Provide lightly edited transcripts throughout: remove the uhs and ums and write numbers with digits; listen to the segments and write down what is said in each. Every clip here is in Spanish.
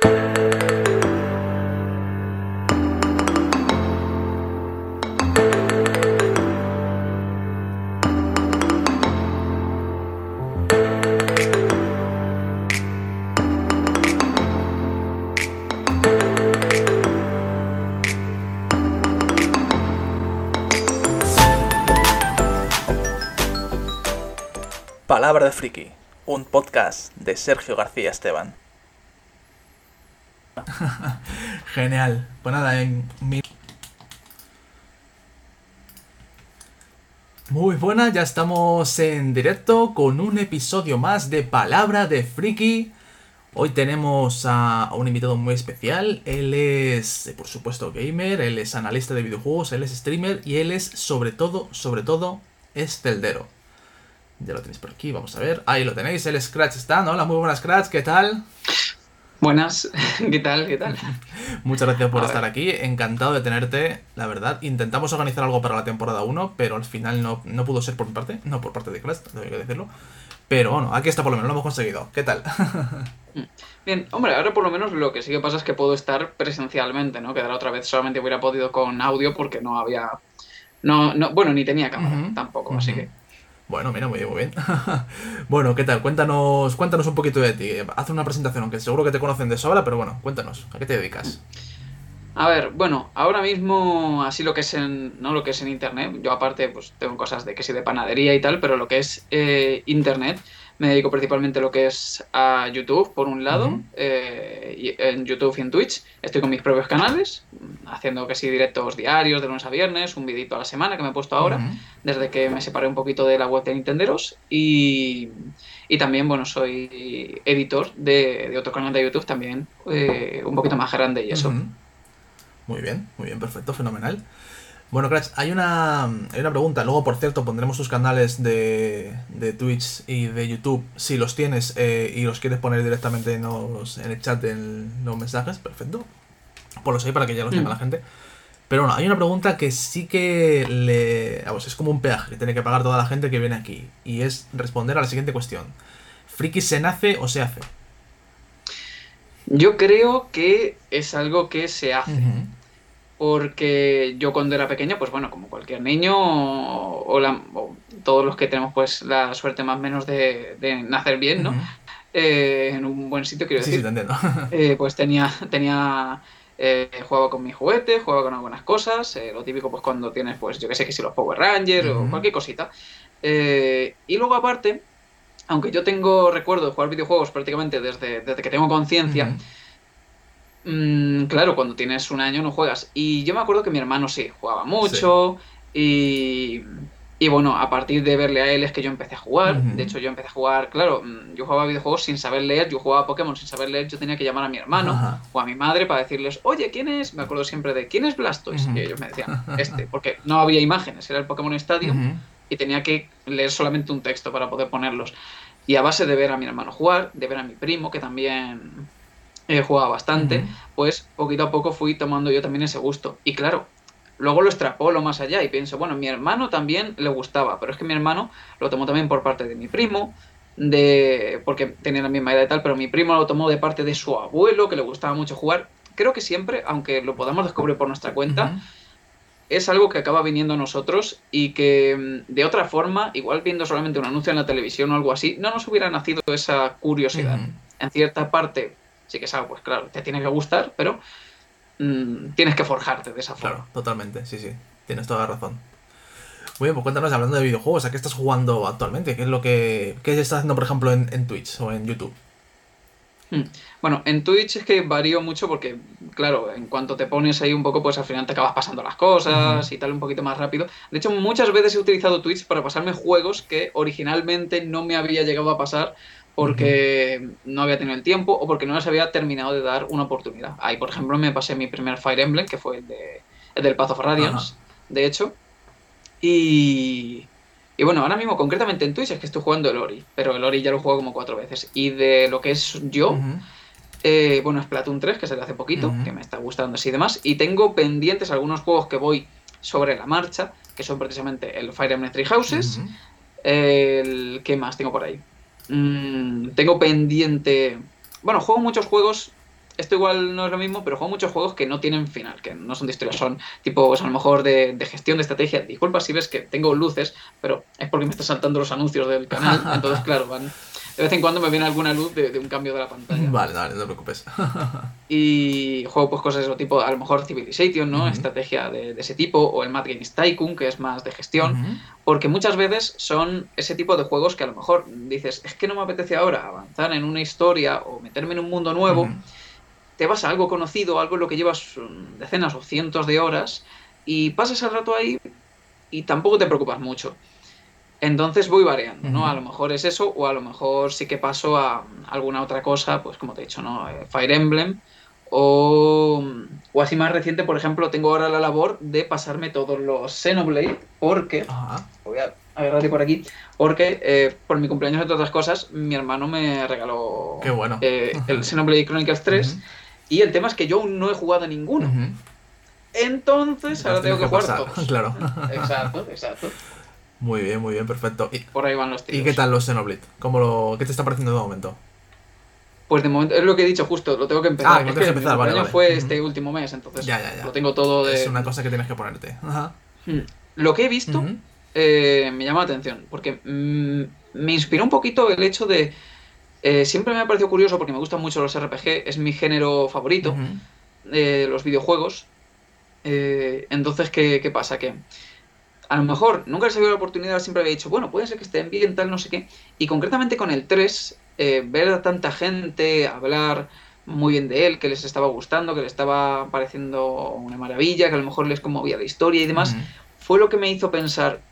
Palabra de Friki, un podcast de Sergio García Esteban. Genial. Pues nada, Muy buena, ya estamos en directo con un episodio más de Palabra de Friki. Hoy tenemos a un invitado muy especial. Él es, por supuesto, gamer, él es analista de videojuegos, él es streamer y él es, sobre todo, es celdero. Ya lo tenéis por aquí, vamos a ver. Ahí lo tenéis, el Scratch está, ¿no? Hola, muy buenas, Scratch, ¿qué tal? Buenas, ¿qué tal? Muchas gracias por estar aquí, encantado de tenerte, la verdad. Intentamos organizar algo para la temporada 1, pero al final no pudo ser por mi parte, no por parte de Scratch, tengo que decirlo. Pero bueno, aquí está por lo menos, lo hemos conseguido. ¿Qué tal? Bien, hombre, ahora por lo menos lo que sí que pasa es que puedo estar presencialmente, ¿no? Que la otra vez solamente hubiera podido con audio porque no había... bueno, ni tenía cámara tampoco, así que... Bueno, mira, muy bien. Bueno, ¿qué tal? Cuéntanos un poquito de ti. Haz una presentación, aunque seguro que te conocen de sobra, pero bueno, cuéntanos, ¿a qué te dedicas? A ver, bueno, ahora mismo así lo que es en internet, yo aparte pues tengo cosas de que sí de panadería y tal, pero lo que es internet me dedico principalmente a lo que es a YouTube por un lado, y en YouTube y en Twitch estoy con mis propios canales, haciendo que sí directos diarios de lunes a viernes, un videito a la semana que me he puesto ahora, desde que me separé un poquito de la web de Nintenderos y también, bueno, soy editor de otro canal de YouTube también, un poquito más grande y eso. Muy bien, perfecto, fenomenal. Bueno, Crash, hay una pregunta. Luego, por cierto, pondremos tus canales de Twitch y de YouTube, si los tienes y los quieres poner directamente en el chat, en los mensajes, perfecto. Ponlos ahí para que ya los tenga la gente. Pero bueno, hay una pregunta que sí que es como un peaje que tiene que pagar toda la gente que viene aquí. Y es responder a la siguiente cuestión. ¿Friki se nace o se hace? Yo creo que es algo que se hace. Porque yo cuando era pequeño, pues bueno, como cualquier niño o todos los que tenemos pues la suerte más o menos de nacer bien, ¿no? En un buen sitio, quiero decir. Sí, te entiendo. Pues jugaba con mis juguetes, jugaba con algunas cosas, lo típico pues cuando tienes pues yo que sé que si los Power Rangers o cualquier cosita. Y luego aparte, aunque yo tengo recuerdo de jugar videojuegos prácticamente desde que tengo conciencia, claro, cuando tienes un año no juegas. Y yo me acuerdo que mi hermano sí, jugaba mucho. Sí. Y bueno, a partir de verle a él es que yo empecé a jugar. De hecho, yo empecé a jugar, claro, yo jugaba videojuegos sin saber leer, yo jugaba a Pokémon sin saber leer, yo tenía que llamar a mi hermano o a mi madre para decirles, oye, ¿quién es? Me acuerdo siempre de, ¿quién es Blastoise? Y ellos me decían, porque no había imágenes, era el Pokémon Stadium y tenía que leer solamente un texto para poder ponerlos. Y a base de ver a mi hermano jugar, de ver a mi primo, que también jugaba bastante, pues poquito a poco fui tomando yo también ese gusto. Y claro, luego lo extrapolo más allá y pienso, bueno, mi hermano también le gustaba, pero es que mi hermano lo tomó también por parte de mi primo, porque tenía la misma edad y tal, pero mi primo lo tomó de parte de su abuelo, que le gustaba mucho jugar. Creo que siempre, aunque lo podamos descubrir por nuestra cuenta, es algo que acaba viniendo a nosotros y que de otra forma, igual viendo solamente un anuncio en la televisión o algo así, no nos hubiera nacido esa curiosidad. En cierta parte sí que es algo, pues claro, te tiene que gustar, pero tienes que forjarte de esa forma. Claro, totalmente, sí, tienes toda la razón. Muy bien, pues cuéntanos, hablando de videojuegos, ¿a qué estás jugando actualmente? ¿Qué estás haciendo, por ejemplo, en Twitch o en YouTube? Bueno, en Twitch es que varío mucho porque, claro, en cuanto te pones ahí un poco, pues al final te acabas pasando las cosas y tal un poquito más rápido. De hecho, muchas veces he utilizado Twitch para pasarme juegos que originalmente no me había llegado a pasar porque no había tenido el tiempo o porque no les había terminado de dar una oportunidad. Ahí, por ejemplo, me pasé mi primer Fire Emblem, que fue el del Path of Radiance, de hecho. Y bueno, ahora mismo, concretamente en Twitch, es que estoy jugando el Ori, pero el Ori ya lo he jugado como 4 veces. Y de lo que es yo, bueno, Splatoon 3, que salió hace poquito, que me está gustando así y demás. Y tengo pendientes algunos juegos que voy sobre la marcha, que son precisamente el Fire Emblem Three Houses. ¿Qué más tengo por ahí? Tengo pendiente... Bueno, juego muchos juegos esto igual no es lo mismo, pero juego muchos juegos que no tienen final, que no son de historia, son tipo, pues a lo mejor de gestión de estrategia. Disculpa si ves que tengo luces, pero es porque me están saltando los anuncios del canal, entonces claro, de vez en cuando me viene alguna luz de un cambio de la pantalla. Vale, no te preocupes. Y juego pues cosas de ese tipo, a lo mejor Civilization, ¿no? Ujú. Estrategia de ese tipo, o el Mad Games Tycoon, que es más de gestión, Ujú. porque muchas veces son ese tipo de juegos que a lo mejor dices, es que no me apetece ahora avanzar en una historia o meterme en un mundo nuevo, Ujú. te vas a algo conocido, algo en lo que llevas decenas o cientos de horas, y pasas el rato ahí y tampoco te preocupas mucho. Entonces voy variando, ¿no? A Ujú. lo mejor es eso, o a lo mejor sí que paso a alguna otra cosa, pues como te he dicho, ¿no? Fire Emblem, o así más reciente, por ejemplo, tengo ahora la labor de pasarme todos los Xenoblade, porque, Ajá. voy a agarrarte por aquí, porque por mi cumpleaños, entre otras cosas, mi hermano me regaló Qué bueno. el Xenoblade Chronicles Ujú. 3, y el tema es que yo aún no he jugado a ninguno. Ujú. Entonces, Las ahora tengo tienes que que jugar pasar, todos. claro. Exacto, exacto. Muy bien, perfecto. Por ahí van los ¿Y qué tiros. tal los Xenoblade? ¿Qué te está pareciendo de momento? Pues de momento, es lo que he dicho justo, lo tengo que Ah, empezar. que lo Es tienes que que mi empezar, vale, cumpleaños vale. fue Ujú. este último mes, entonces Ya, ya, lo ya. tengo todo Es de... una cosa que tienes que ponerte. Ajá. Lo que he visto Ujú. me llama la atención, porque me inspiró un poquito el hecho de... siempre me ha parecido curioso porque me gustan mucho los RPG, es mi género favorito, Ujú. los videojuegos. Entonces, ¿qué pasa? Que a lo mejor nunca les había dado la oportunidad, siempre había dicho, bueno, puede ser que estén bien, tal, no sé qué. Y concretamente con el 3 ver a tanta gente hablar muy bien de él, que les estaba gustando, que le estaba pareciendo una maravilla, que a lo mejor les conmovía la historia y demás, Ujú. fue lo que me hizo pensar,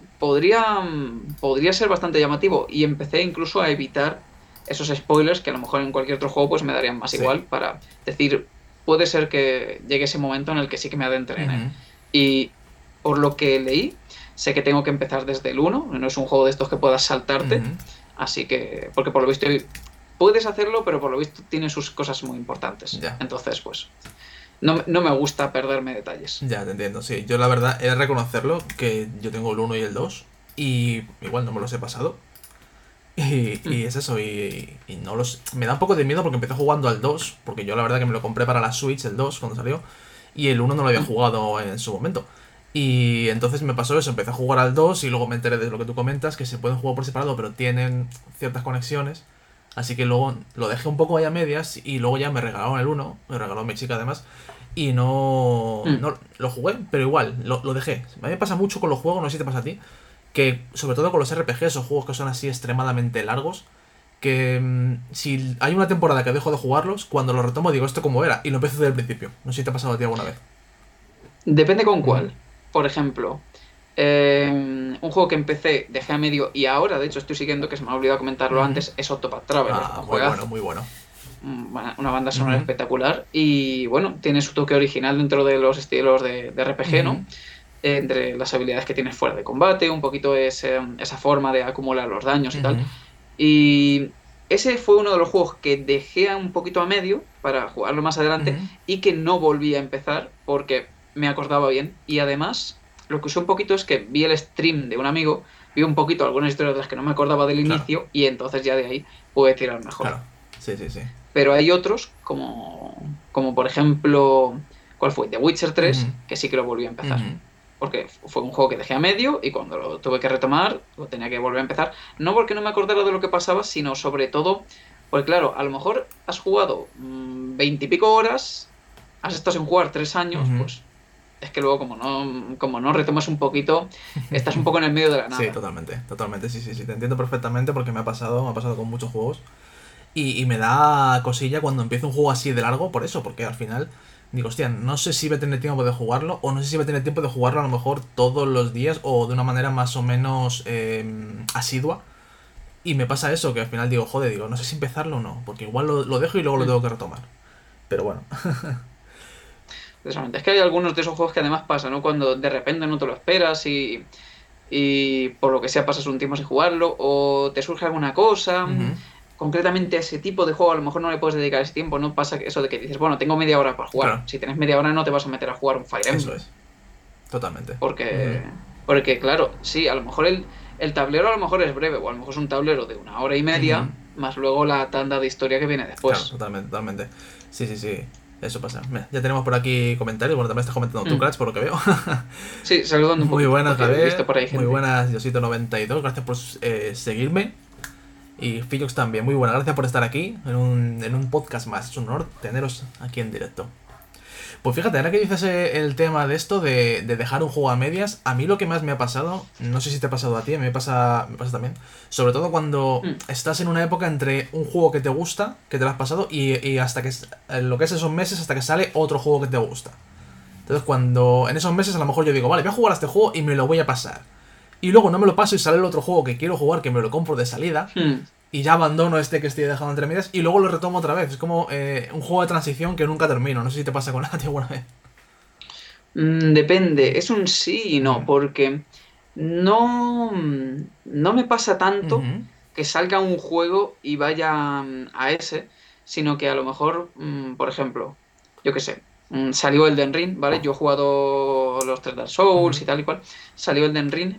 podría ser bastante llamativo. Y empecé incluso a evitar esos spoilers que a lo mejor en cualquier otro juego pues me darían más Sí. igual, para decir, puede ser que llegue ese momento en el que sí que me adentre en él. Ujú. Y por lo que leí, sé que tengo que empezar desde el uno, no es un juego de estos que puedas saltarte, Ujú. así que, porque por lo visto puedes hacerlo, pero por lo visto tiene sus cosas muy importantes. Ya. Entonces, pues, no me gusta perderme detalles. Ya, te entiendo, sí. Yo la verdad he de reconocerlo que yo tengo el uno y el 2 y igual no me los he pasado. Y Mm, es eso, y no los... Me da un poco de miedo porque empecé jugando al 2 porque yo la verdad que me lo compré para la Switch, el 2 cuando salió, y el uno no lo había mm. jugado en su momento. Y entonces me pasó eso, empecé a jugar al 2 y luego me enteré de lo que tú comentas, que se pueden jugar por separado, pero tienen ciertas conexiones. Así que luego lo dejé un poco ahí a medias y luego ya me regalaron el uno, me regaló mi chica además, y Mm. no lo jugué, pero igual, lo dejé. A mí me pasa mucho con los juegos, no sé si te pasa a ti, que sobre todo con los RPGs o juegos que son así extremadamente largos, que si hay una temporada que dejo de jugarlos, cuando lo retomo digo esto como era y lo empiezo desde el principio. No sé si te ha pasado a ti alguna vez. Depende con Ujú. cuál. Por ejemplo, un juego que empecé, dejé a medio y ahora, de hecho, estoy siguiendo, que se me ha olvidado comentarlo Ujú. antes, es Octopath Traveler, Ah, un muy bueno, juegazo. muy bueno. Una banda sonora Ujú. espectacular y bueno, tiene su toque original dentro de los estilos de RPG, Ujú. ¿no? Entre las habilidades que tienes fuera de combate, un poquito esa forma de acumular los daños y tal. Ujú. Y ese fue uno de los juegos que dejé un poquito a medio para jugarlo más adelante Ujú. y que no volví a empezar porque me acordaba bien. Y además, lo que usé un poquito es que vi el stream de un amigo, vi un poquito algunas historias de las que no me acordaba del Claro, inicio y entonces ya de ahí pude tirar mejor. claro. Sí, sí, sí. Pero hay otros, como por ejemplo, ¿cuál fue? The Witcher Ujú. 3, que sí que lo volví a empezar. Ujú. Porque fue un juego que dejé a medio y cuando lo tuve que retomar, lo tenía que volver a empezar. No porque no me acordara de lo que pasaba, sino sobre todo, porque claro, a lo mejor has jugado 20 y pico horas, has estado sin jugar 3 años, Ujú. pues es que luego como no retomas un poquito, estás un poco en el medio de la Sí, nada. totalmente, totalmente, sí, sí, sí, te entiendo perfectamente porque me ha pasado con muchos juegos y me da cosilla cuando empiezo un juego así de largo por eso, porque al final digo, hostia, no sé si voy a tener tiempo de jugarlo o no sé si voy a tener tiempo de jugarlo a lo mejor todos los días o de una manera más o menos asidua y me pasa eso, que al final digo, joder, digo, no sé si empezarlo o no, porque igual lo dejo y luego lo Mm. tengo que retomar, pero bueno. Precisamente. Es que hay algunos de esos juegos que además pasa, ¿no? Cuando de repente no te lo esperas y por lo que sea pasas un tiempo sin jugarlo o te surge alguna cosa. Ujú. Concretamente a ese tipo de juego a lo mejor no le puedes dedicar ese tiempo, no pasa eso de que dices, bueno, tengo media hora para jugar. Claro, Si tienes media hora no te vas a meter a jugar un Fire eso Emblem. es, totalmente. Ujú. Porque claro, sí, a lo mejor el tablero a lo mejor es breve, o a lo mejor es un tablero de 1 hora y media, más luego la tanda de historia que viene después. Claro, totalmente. Sí. Eso pasa. Mira, ya tenemos por aquí comentarios. Bueno, también estás comentando tú, Crash, por lo que veo. Sí, saludando un poco. Muy buenas, Javier. Por ahí gente. Muy buenas, Diosito92. Gracias por seguirme. Y Fillox también, muy buena. Gracias por estar aquí en un podcast más. Es un honor teneros aquí en directo. Pues fíjate, ahora que dices el tema de esto, de dejar un juego a medias, a mí lo que más me ha pasado, no sé si te ha pasado a ti, me pasa también, sobre todo cuando estás en una época entre un juego que te gusta, que te lo has pasado, y hasta que lo que es esos meses, hasta que sale otro juego que te gusta. Entonces cuando en esos meses a lo mejor yo digo, vale, voy a jugar a este juego y me lo voy a pasar. Y luego no me lo paso y sale el otro juego que quiero jugar, que me lo compro de salida. Y ya abandono este que estoy dejando entre medias y luego lo retomo otra vez. Es como un juego de transición que nunca termino. No sé si te pasa con nada alguna vez. Depende, es un sí y no, porque no me pasa tanto que salga un juego y vaya a ese, sino que a lo mejor, por ejemplo, yo qué sé, salió Elden Ring, ¿vale? Yo he jugado los 3 Dark Souls y tal y cual, salió Elden Ring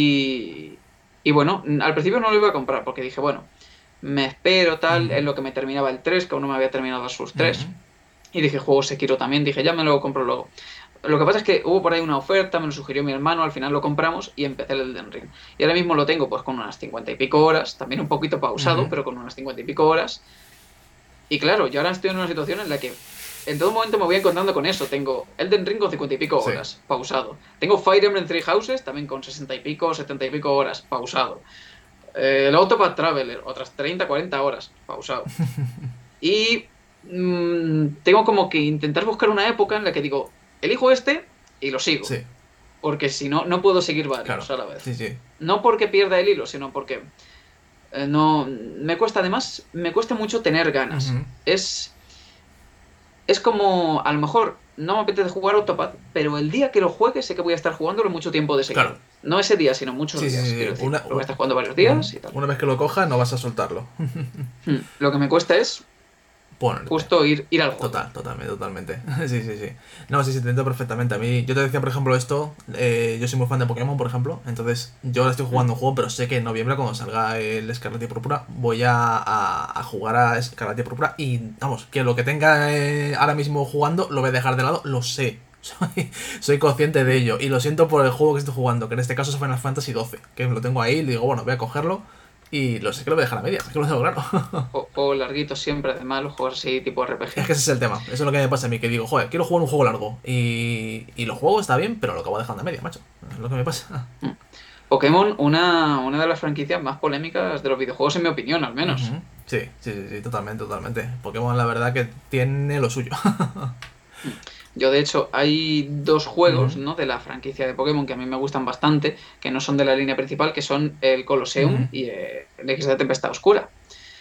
y bueno, al principio no lo iba a comprar porque dije, bueno, me espero tal, en lo que me terminaba el 3, que aún no me había terminado Dark Souls 3. Y dije, juego Sekiro también, dije, ya me lo compro luego. Lo que pasa es que hubo por ahí una oferta, me lo sugirió mi hermano, al final lo compramos y empecé el Elden Ring. Y ahora mismo lo tengo pues con unas 50 y pico horas, también un poquito pausado, pero con unas 50 y pico horas. Y claro, yo ahora estoy en una situación en la que en todo momento me voy encontrando con eso. Tengo Elden Ring con 50 y pico horas, pausado. Tengo Fire Emblem Three Houses también con 60 y pico, 70 y pico horas, pausado. El Octopath Traveler, otras 30, 40 horas, pausado. Y tengo como que intentar buscar una época en la que digo, elijo este y lo sigo. Sí. Porque si no, no puedo seguir varios a la vez. Sí. No porque pierda el hilo, sino porque no me cuesta, además, me cuesta mucho tener ganas. Es como, a lo mejor no me apetece jugar Octopath, pero el día que lo juegue sé que voy a estar jugándolo mucho tiempo de seguido. Claro. No ese día, sino muchos días. Quiero decir, lo voy a estar jugando varios días y tal. Una vez que lo cojas no vas a soltarlo. Lo que me cuesta es justo ir al juego. Totalmente. Sí. No, sí, te entiendo perfectamente. A mí, yo te decía, por ejemplo, esto, yo soy muy fan de Pokémon, por ejemplo, entonces yo ahora estoy jugando un juego, pero sé que en noviembre, cuando salga el Escarlata y Púrpura, voy a jugar a Escarlata y Púrpura y, vamos, que lo que tenga ahora mismo jugando lo voy a dejar de lado, lo sé. Soy consciente de ello y lo siento por el juego que estoy jugando, que en este caso es Final Fantasy XII, que lo tengo ahí y digo, bueno, voy a cogerlo. Y lo sé que lo voy a dejar a medias, es que lo tengo claro. Juego larguito siempre, además, los juegos así tipo RPG. Es que ese es el tema, eso es lo que me pasa a mí, que digo, joder, quiero jugar un juego largo. Y lo juego está bien, pero lo acabo dejando a medias, macho. Es lo que me pasa. Pokémon, una de las franquicias más polémicas de los videojuegos, en mi opinión, al menos. Sí, totalmente. Pokémon, la verdad, que tiene lo suyo. Yo, de hecho, hay 2 juegos, ¿no?, de la franquicia de Pokémon que a mí me gustan bastante, que no son de la línea principal, que son el Colosseum y el X de Tempestad Oscura.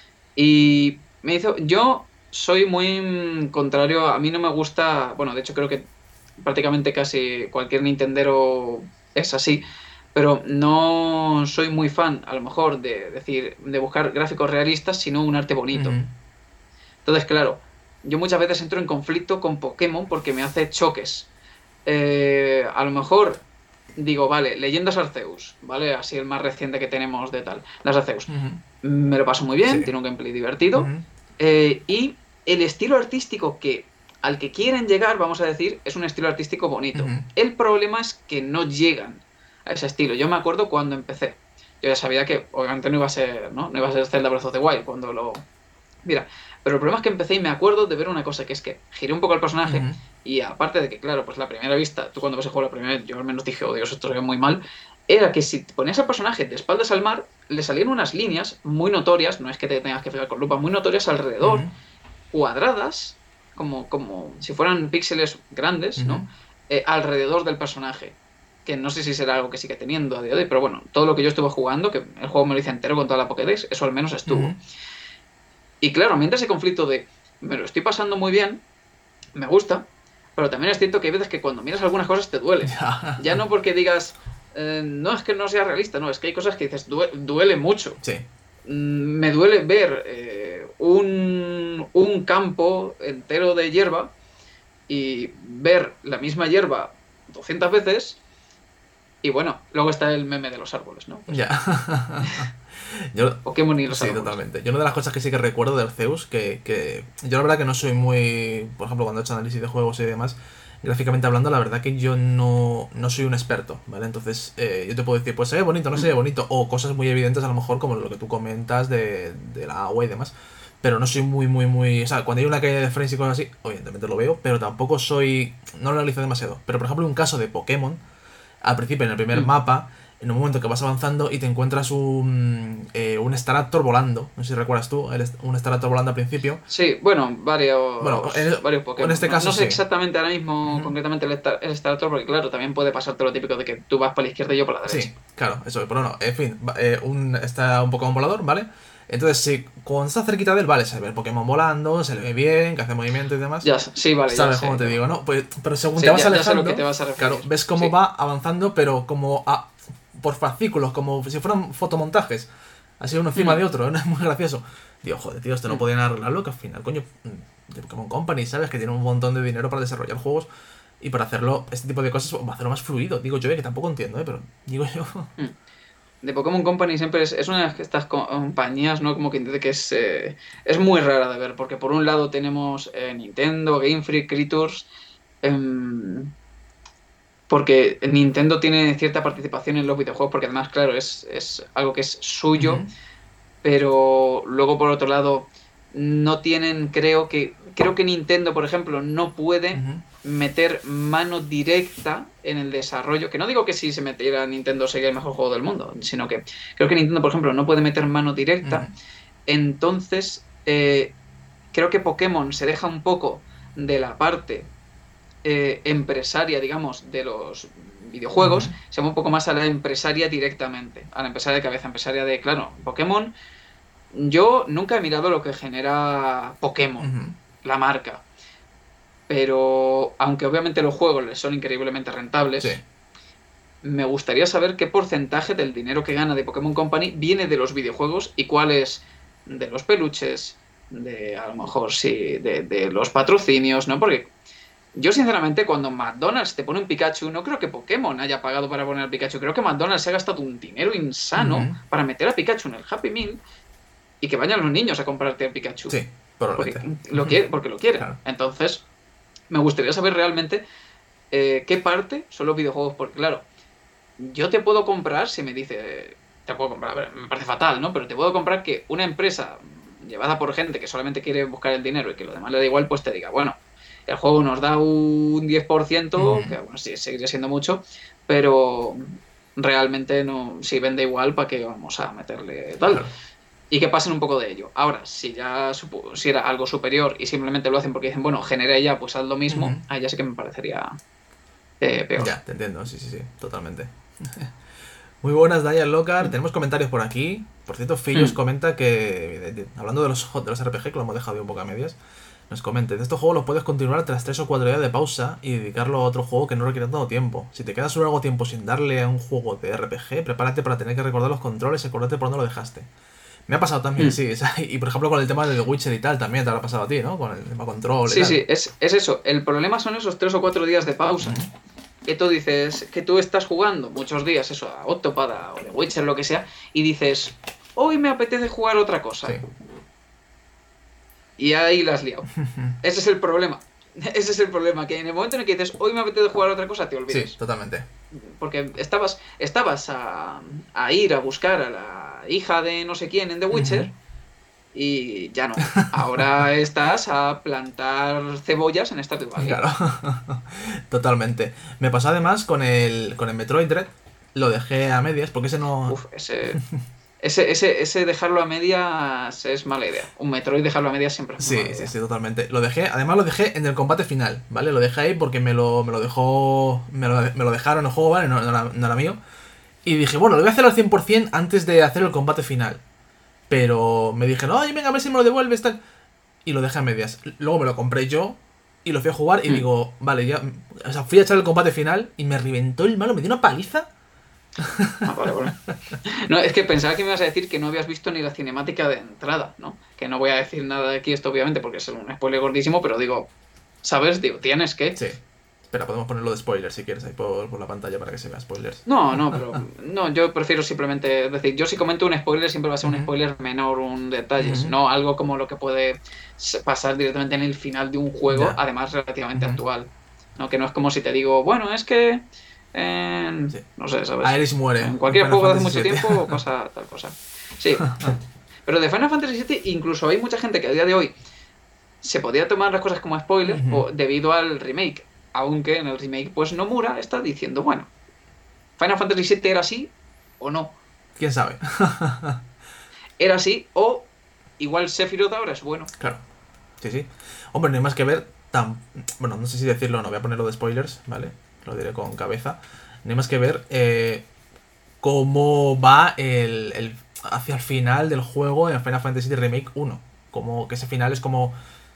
Y yo soy muy contrario, a mí no me gusta, bueno, de hecho creo que prácticamente casi cualquier Nintendero es así, pero no soy muy fan, a lo mejor, de buscar gráficos realistas, sino un arte bonito. Entonces, claro, yo muchas veces entro en conflicto con Pokémon porque me hace choques. A lo mejor digo, vale, Leyendas Arceus, ¿vale? Así el más reciente que tenemos de tal. Las Arceus. Me lo paso muy bien, tiene un gameplay divertido. Y el estilo artístico al que quieren llegar, vamos a decir, es un estilo artístico bonito. El problema es que no llegan a ese estilo. Yo me acuerdo cuando empecé. Yo ya sabía que obviamente no iba a ser Zelda Breath of the Wild cuando lo... Mira, pero el problema es que empecé y me acuerdo de ver una cosa, que es que giré un poco al personaje y aparte de que, claro, pues la primera vista, tú cuando ves el juego la primera vez, yo al menos dije, oh Dios, esto se ve muy mal, era que si ponías al personaje de espaldas al mar, le salían unas líneas muy notorias, no es que te tengas que fijar con lupa, muy notorias alrededor, cuadradas, como si fueran píxeles grandes, ¿no? Alrededor del personaje. Que no sé si será algo que sigue teniendo a día de hoy, pero bueno, todo lo que yo estuve jugando, que el juego me lo hice entero con toda la Pokédex, eso al menos estuvo. Y claro, mientras ese conflicto de me lo estoy pasando muy bien, me gusta, pero también es cierto que hay veces que cuando miras algunas cosas te duele. Ya no porque digas, no es que no sea realista, no, es que hay cosas que dices, duele mucho. Sí. Me duele ver un campo entero de hierba y ver la misma hierba 200 veces Y bueno, luego está el meme de los árboles, ¿no? Pues Ya. Pokémon y los Sí, árboles. totalmente. Yo una de las cosas que sí que recuerdo de Arceus, que yo la verdad que no soy muy, por ejemplo, cuando he hecho análisis de juegos y demás, gráficamente hablando, la verdad que yo no soy un experto, ¿vale? Entonces, yo te puedo decir, pues se ve bonito, no se ve bonito, o cosas muy evidentes a lo mejor como lo que tú comentas de la agua y demás, pero no soy muy... O sea, cuando hay una caída de frames y cosas así, evidentemente lo veo, pero tampoco soy... no lo analizo demasiado. Pero, por ejemplo, un caso de Pokémon, al principio, en el primer mapa, en un momento que vas avanzando y te encuentras un Staraptor volando. No sé si recuerdas tú, un Staraptor volando al principio. Sí, bueno, Bueno, varios Pokémon. en este caso No sé sí. exactamente ahora mismo, concretamente el Staraptor, porque claro, también puede pasarte lo típico de que tú vas para la izquierda y yo por la derecha. Sí, claro, eso, pero no, en fin, está un Pokémon volador, ¿vale? Entonces, si cuando estás cerquita de él, vale, se ve el Pokémon volando, se le ve bien, que hace movimiento y demás. Ya, sí, vale, ya ¿Sabes sé. cómo te digo, no? Pues, pero según Sí, te vas ya sé alejando, lo que te vas a referir. claro, ves cómo Sí. va avanzando, pero como por fascículos, como si fueran fotomontajes. Así uno encima de otro, ¿no? Es muy gracioso. Digo, joder, tío, esto no podían arreglarlo, que al final, coño, de Pokémon Company, ¿sabes? Que tiene un montón de dinero para desarrollar juegos y para hacerlo, este tipo de cosas, va a hacerlo más fluido. Digo yo, que tampoco entiendo, pero digo yo. De Pokémon Company siempre es una de estas compañías, ¿no? Como que entiende que es muy rara de ver, porque por un lado tenemos Nintendo, Game Freak, Creatures, porque Nintendo tiene cierta participación en los videojuegos, porque además, claro, es algo que es suyo, pero luego por otro lado no tienen, creo que Nintendo, por ejemplo, no puede meter mano directa en el desarrollo, que no digo que si se metiera Nintendo sería el mejor juego del mundo, sino que creo que Nintendo, por ejemplo, no puede meter mano directa, entonces creo que Pokémon se deja un poco de la parte empresaria, digamos, de los videojuegos, se va un poco más a la empresaria directamente, a la empresaria de cabeza, empresaria de, claro, Pokémon. Yo nunca he mirado lo que genera Pokémon, la marca, pero aunque obviamente los juegos les son increíblemente rentables, Sí. me gustaría saber qué porcentaje del dinero que gana de Pokémon Company viene de los videojuegos y cuál es de los peluches, de a lo mejor sí, de los patrocinios, ¿no? Porque yo, sinceramente, cuando McDonald's te pone un Pikachu, no creo que Pokémon haya pagado para poner al Pikachu. Creo que McDonald's se ha gastado un dinero insano para meter a Pikachu en el Happy Meal y que vayan los niños a comprarte el Pikachu. Sí, probablemente. Porque lo quieren. Claro. Entonces, me gustaría saber realmente qué parte son los videojuegos. Porque, claro, yo te puedo comprar, si me dice... Te puedo comprar, a ver, me parece fatal, ¿no? Pero te puedo comprar que una empresa llevada por gente que solamente quiere buscar el dinero y que lo demás le da igual, pues te diga, bueno, el juego nos da un 10%, que bueno, sí, seguiría siendo mucho, pero realmente no, si vende igual, ¿para qué vamos a meterle tal? Claro. Y que pasen un poco de ello. Ahora, si ya si era algo superior y simplemente lo hacen porque dicen, bueno, genera ya, pues haz lo mismo, ahí ya sí que me parecería peor. Ya, te entiendo, sí, totalmente. Muy buenas, Dial Locar. Tenemos comentarios por aquí. Por cierto, Fillos comenta que, hablando de los RPG, que lo hemos dejado un poco a medias, nos comenta, de estos juegos los puedes continuar tras 3 o 4 días de pausa y dedicarlo a otro juego que no requiere tanto tiempo. Si te quedas un largo tiempo sin darle a un juego de RPG, prepárate para tener que recordar los controles y acordarte por dónde lo dejaste. Me ha pasado también, sí. Y por ejemplo con el tema de The Witcher y tal, también te habrá pasado a ti, ¿no? Con el tema control y tal. Sí, es eso. El problema son esos 3 o 4 días de pausa. Que tú dices, que tú estás jugando muchos días, eso, a Octopad o The Witcher, lo que sea, y dices, hoy me apetece jugar otra cosa. Sí. Y ahí la has liado. Ese es el problema. Ese es el problema, que en el momento en el que dices, hoy me apetece jugar otra cosa, te olvidas. Sí, totalmente. Porque estabas a ir a buscar a la hija de no sé quién en The Witcher y ya no. Ahora estás a plantar cebollas en Stardew Valley. Claro, totalmente. Me pasó además con el Metroid Dread, lo dejé a medias porque ese no... Uf, ese dejarlo a medias es mala idea. Un Metroid dejarlo a medias siempre es mala idea. Sí, totalmente. Además lo dejé en el combate final, ¿vale? Lo dejé ahí porque me lo dejaron el juego, ¿vale? No era mío. Y dije, bueno, lo voy a hacer al 100% antes de hacer el combate final. Pero me dije, no, venga, a ver si me lo devuelves, tal. Y lo dejé a medias. Luego me lo compré yo y lo fui a jugar y digo, vale, ya... O sea, fui a echar el combate final y me reventó el malo, me dio una paliza. Vale. No, es que pensaba que me ibas a decir que no habías visto ni la cinemática de entrada, ¿no? Que no voy a decir nada de aquí esto, obviamente, porque es un spoiler gordísimo, pero digo, ¿sabes? Digo, tienes que... Sí. Espera, podemos ponerlo de spoilers si quieres ahí por la pantalla para que se vea spoilers. No, pero no, yo prefiero simplemente, es decir, yo si comento un spoiler siempre va a ser un spoiler menor, un detalles, no algo como lo que puede pasar directamente en el final de un juego, Ya. además relativamente actual, ¿no? Que no es como si te digo, bueno, es que Sí. no sé, ¿sabes? Aerys muere. En cualquier Final juego de hace Fantasy mucho VII. tiempo pasa tal cosa. Sí. Pero de Final Fantasy VII incluso hay mucha gente que a día de hoy se podía tomar las cosas como spoilers debido al remake. Aunque en el remake, pues Nomura está diciendo, bueno, Final Fantasy VII era así o no. ¿Quién sabe? Era así o igual Sephiroth ahora es bueno. Claro. Sí, sí. Hombre, no hay más que ver bueno, no sé si decirlo o no, voy a ponerlo de spoilers, ¿vale? Lo diré con cabeza. No hay más que ver cómo va hacia el final del juego en Final Fantasy Remake 1. Como que ese final es como...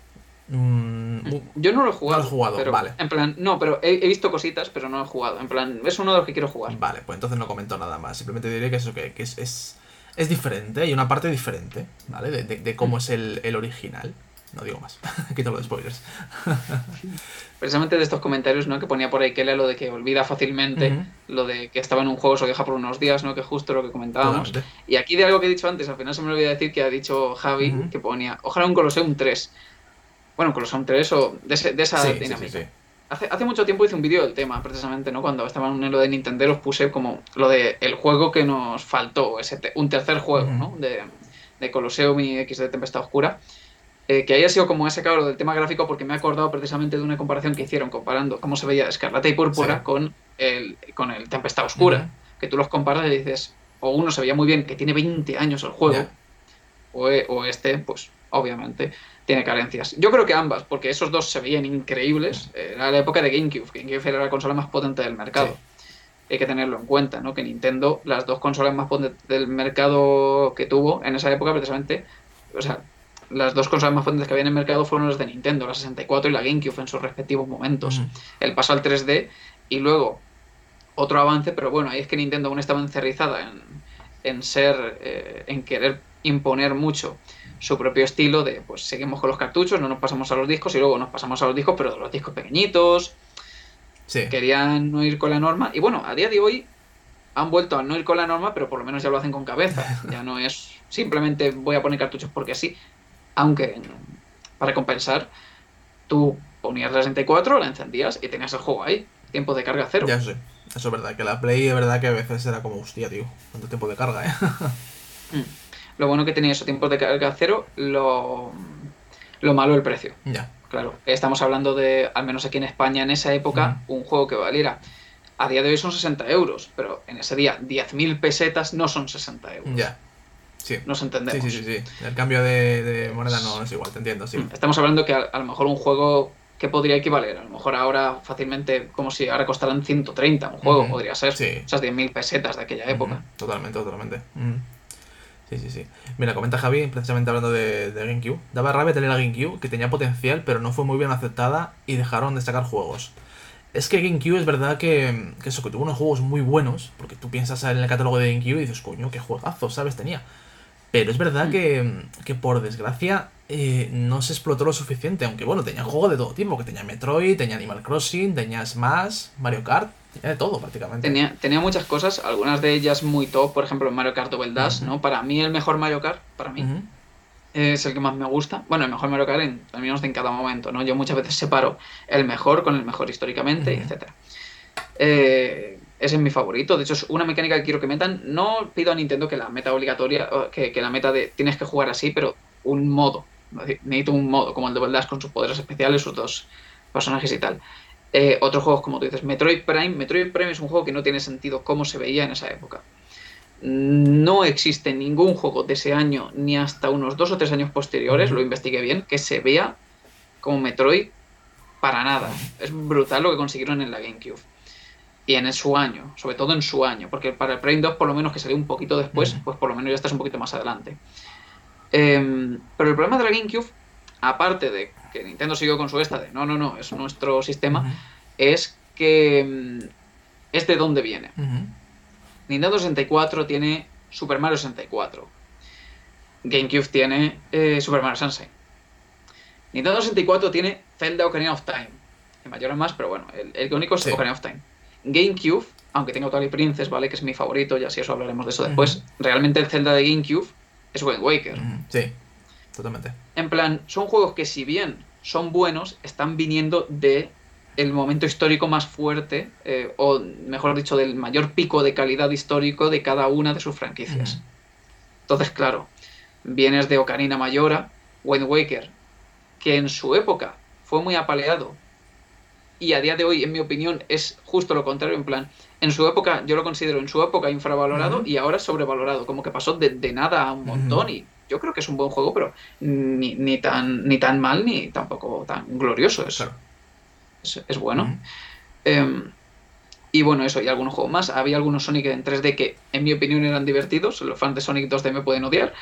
Yo no lo he no jugado. lo has jugado, pero, vale. En plan, no, pero he visto cositas, pero no lo he jugado. En plan, es uno de los que quiero jugar. Vale, pues entonces no comento nada más. Simplemente diré que eso que es diferente, hay una parte diferente, ¿vale? De cómo es el original. No digo más. Quito lo de spoilers. Precisamente de estos comentarios, ¿no? Que ponía por ahí Kela lo de que olvida fácilmente lo de que estaba en un juego, se deja por unos días, ¿no? Que justo lo que comentábamos. Totalmente. Y aquí de algo que he dicho antes, al final se me olvidó decir que ha dicho Javi, que ponía, ojalá un Colosseum 3. Bueno, un Colosseum 3 o de esa Sí, dinámica. sí. Hace mucho tiempo hice un vídeo del tema, precisamente, ¿no? Cuando estaba en lo de Nintendo os puse como lo de el juego que nos faltó, un tercer juego, ¿no? De Colosseum y X de Tempestad Oscura. Que haya sido como ese cabro del tema gráfico porque me he acordado precisamente de una comparación que hicieron comparando cómo se veía Escarlata y Púrpura Sí. con el Tempestad Oscura. Que tú los comparas y dices, o uno se veía muy bien, que tiene 20 años el juego, Yeah. o este, pues obviamente tiene carencias. Yo creo que ambas, porque esos dos se veían increíbles. Era la época de GameCube. GameCube era la consola más potente del mercado. Sí. Hay que tenerlo en cuenta, ¿no? Que Nintendo, las dos consolas más potentes del mercado que tuvo en esa época, precisamente, o sea, las dos consolas más potentes que había en el mercado fueron las de Nintendo, la 64 y la GameCube en sus respectivos momentos. El paso al 3D y luego otro avance, pero bueno, ahí es que Nintendo aún estaba encerrizada en querer imponer mucho su propio estilo de, pues seguimos con los cartuchos, no nos pasamos a los discos y luego nos pasamos a los discos, pero de los discos pequeñitos. Sí. Querían no ir con la norma y bueno, a día de hoy han vuelto a no ir con la norma, pero por lo menos ya lo hacen con cabeza. Ya no es simplemente voy a poner cartuchos porque sí. Aunque, para compensar, tú ponías la 64, la encendías y tenías el juego ahí. Tiempo de carga cero. Ya sé. Eso es verdad. Que la Play es verdad que a veces era como, hostia, tío. ¿Cuánto tiempo de carga, Lo bueno que tenía esos tiempos de carga cero, lo malo el precio. Ya. Claro, estamos hablando de, al menos aquí en España, en esa época, un juego que valiera. A día de hoy son 60 euros, pero en ese día 10.000 pesetas no son 60 euros. Ya. Sí. Nos entendemos. Sí. El cambio de moneda no es igual, te entiendo, sí. Estamos hablando que a lo mejor un juego que podría equivaler, a lo mejor ahora fácilmente, como si ahora costaran 130 un juego, podría ser. Sí. Esas 10.000 pesetas de aquella época. Totalmente. Sí. Mira, comenta Javi, precisamente hablando de GameCube. Daba rabia tener la GameCube, que tenía potencial, pero no fue muy bien aceptada y dejaron de sacar juegos. Es que GameCube es verdad que eso, que tuvo unos juegos muy buenos, porque tú piensas en el catálogo de GameCube y dices, coño, qué juegazos, ¿sabes? Tenía. Pero es verdad que por desgracia no se explotó lo suficiente, aunque bueno, tenía juegos de todo tipo, que tenía Metroid, tenía Animal Crossing, tenía Smash, Mario Kart, tenía de todo prácticamente. Tenía muchas cosas, algunas de ellas muy top, por ejemplo Mario Kart Double Dash, ¿no? Para mí el mejor Mario Kart, es el que más me gusta. Bueno, el mejor Mario Kart en términos de en cada momento, ¿no? Yo muchas veces separo el mejor con el mejor históricamente, etcétera. Ese es mi favorito. De hecho, es una mecánica que quiero que metan. No pido a Nintendo que la meta obligatoria, que la meta de tienes que jugar así, pero un modo. Necesito un modo, como el Double Dash con sus poderes especiales, sus dos personajes y tal. Otros juegos, como tú dices, Metroid Prime. Metroid Prime es un juego que no tiene sentido cómo se veía en esa época. No existe ningún juego de ese año, ni hasta unos 2 o 3 años posteriores, lo investigué bien, que se vea como Metroid para nada. Es brutal lo que consiguieron en la GameCube. Y en su año, sobre todo en su año, porque para el Prime 2 por lo menos que salió un poquito después, pues por lo menos ya estás un poquito más adelante. Pero el problema de la GameCube, aparte de que Nintendo siguió con su esta de no, es nuestro sistema, es que es de dónde viene. Nintendo 64 tiene Super Mario 64. GameCube tiene Super Mario Sunshine. Nintendo 64 tiene Zelda Ocarina of Time. y mayor más, pero bueno, el único es Sí. Ocarina of Time. GameCube, aunque tengo Twilight Princess, ¿vale? Que es mi favorito, y así eso hablaremos de eso después. Realmente el Zelda de GameCube es Wind Waker. Sí, totalmente. En plan, son juegos que si bien son buenos, están viniendo de el momento histórico más fuerte, o mejor dicho, del mayor pico de calidad histórico de cada una de sus franquicias. Entonces, claro, vienes de Ocarina Mayora, Wind Waker, que en su época fue muy apaleado, y a día de hoy, en mi opinión, es justo lo contrario, en plan, en su época, yo lo considero en su época infravalorado y ahora sobrevalorado, como que pasó de nada a un montón, y yo creo que es un buen juego, pero ni tan mal ni tampoco tan glorioso, Claro. es bueno. Y bueno, eso, y algunos juegos más. Había algunos Sonic en 3D que, en mi opinión, eran divertidos. Los fans de Sonic 2D me pueden odiar.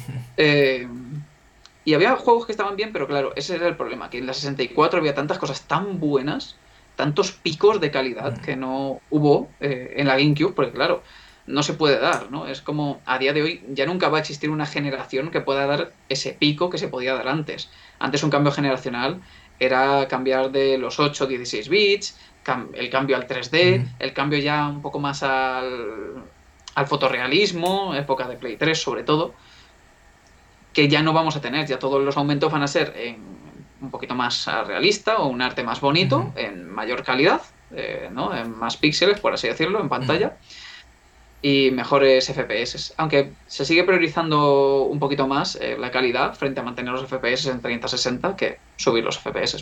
Y había juegos que estaban bien, pero claro, ese era el problema, que en la 64 había tantas cosas tan buenas, tantos picos de calidad que no hubo en la GameCube, porque claro, no se puede dar, ¿no? Es como, a día de hoy, ya nunca va a existir una generación que pueda dar ese pico que se podía dar antes. Antes un cambio generacional era cambiar de los 8 a 16 bits, el cambio al 3D, el cambio ya un poco más al fotorrealismo, época de Play 3 sobre todo, que ya no vamos a tener, ya todos los aumentos van a ser un poquito más realista o un arte más bonito, en mayor calidad, ¿no? En más píxeles, por así decirlo, en pantalla, y mejores FPS. Aunque se sigue priorizando un poquito más la calidad frente a mantener los FPS en 30-60 que subir los FPS,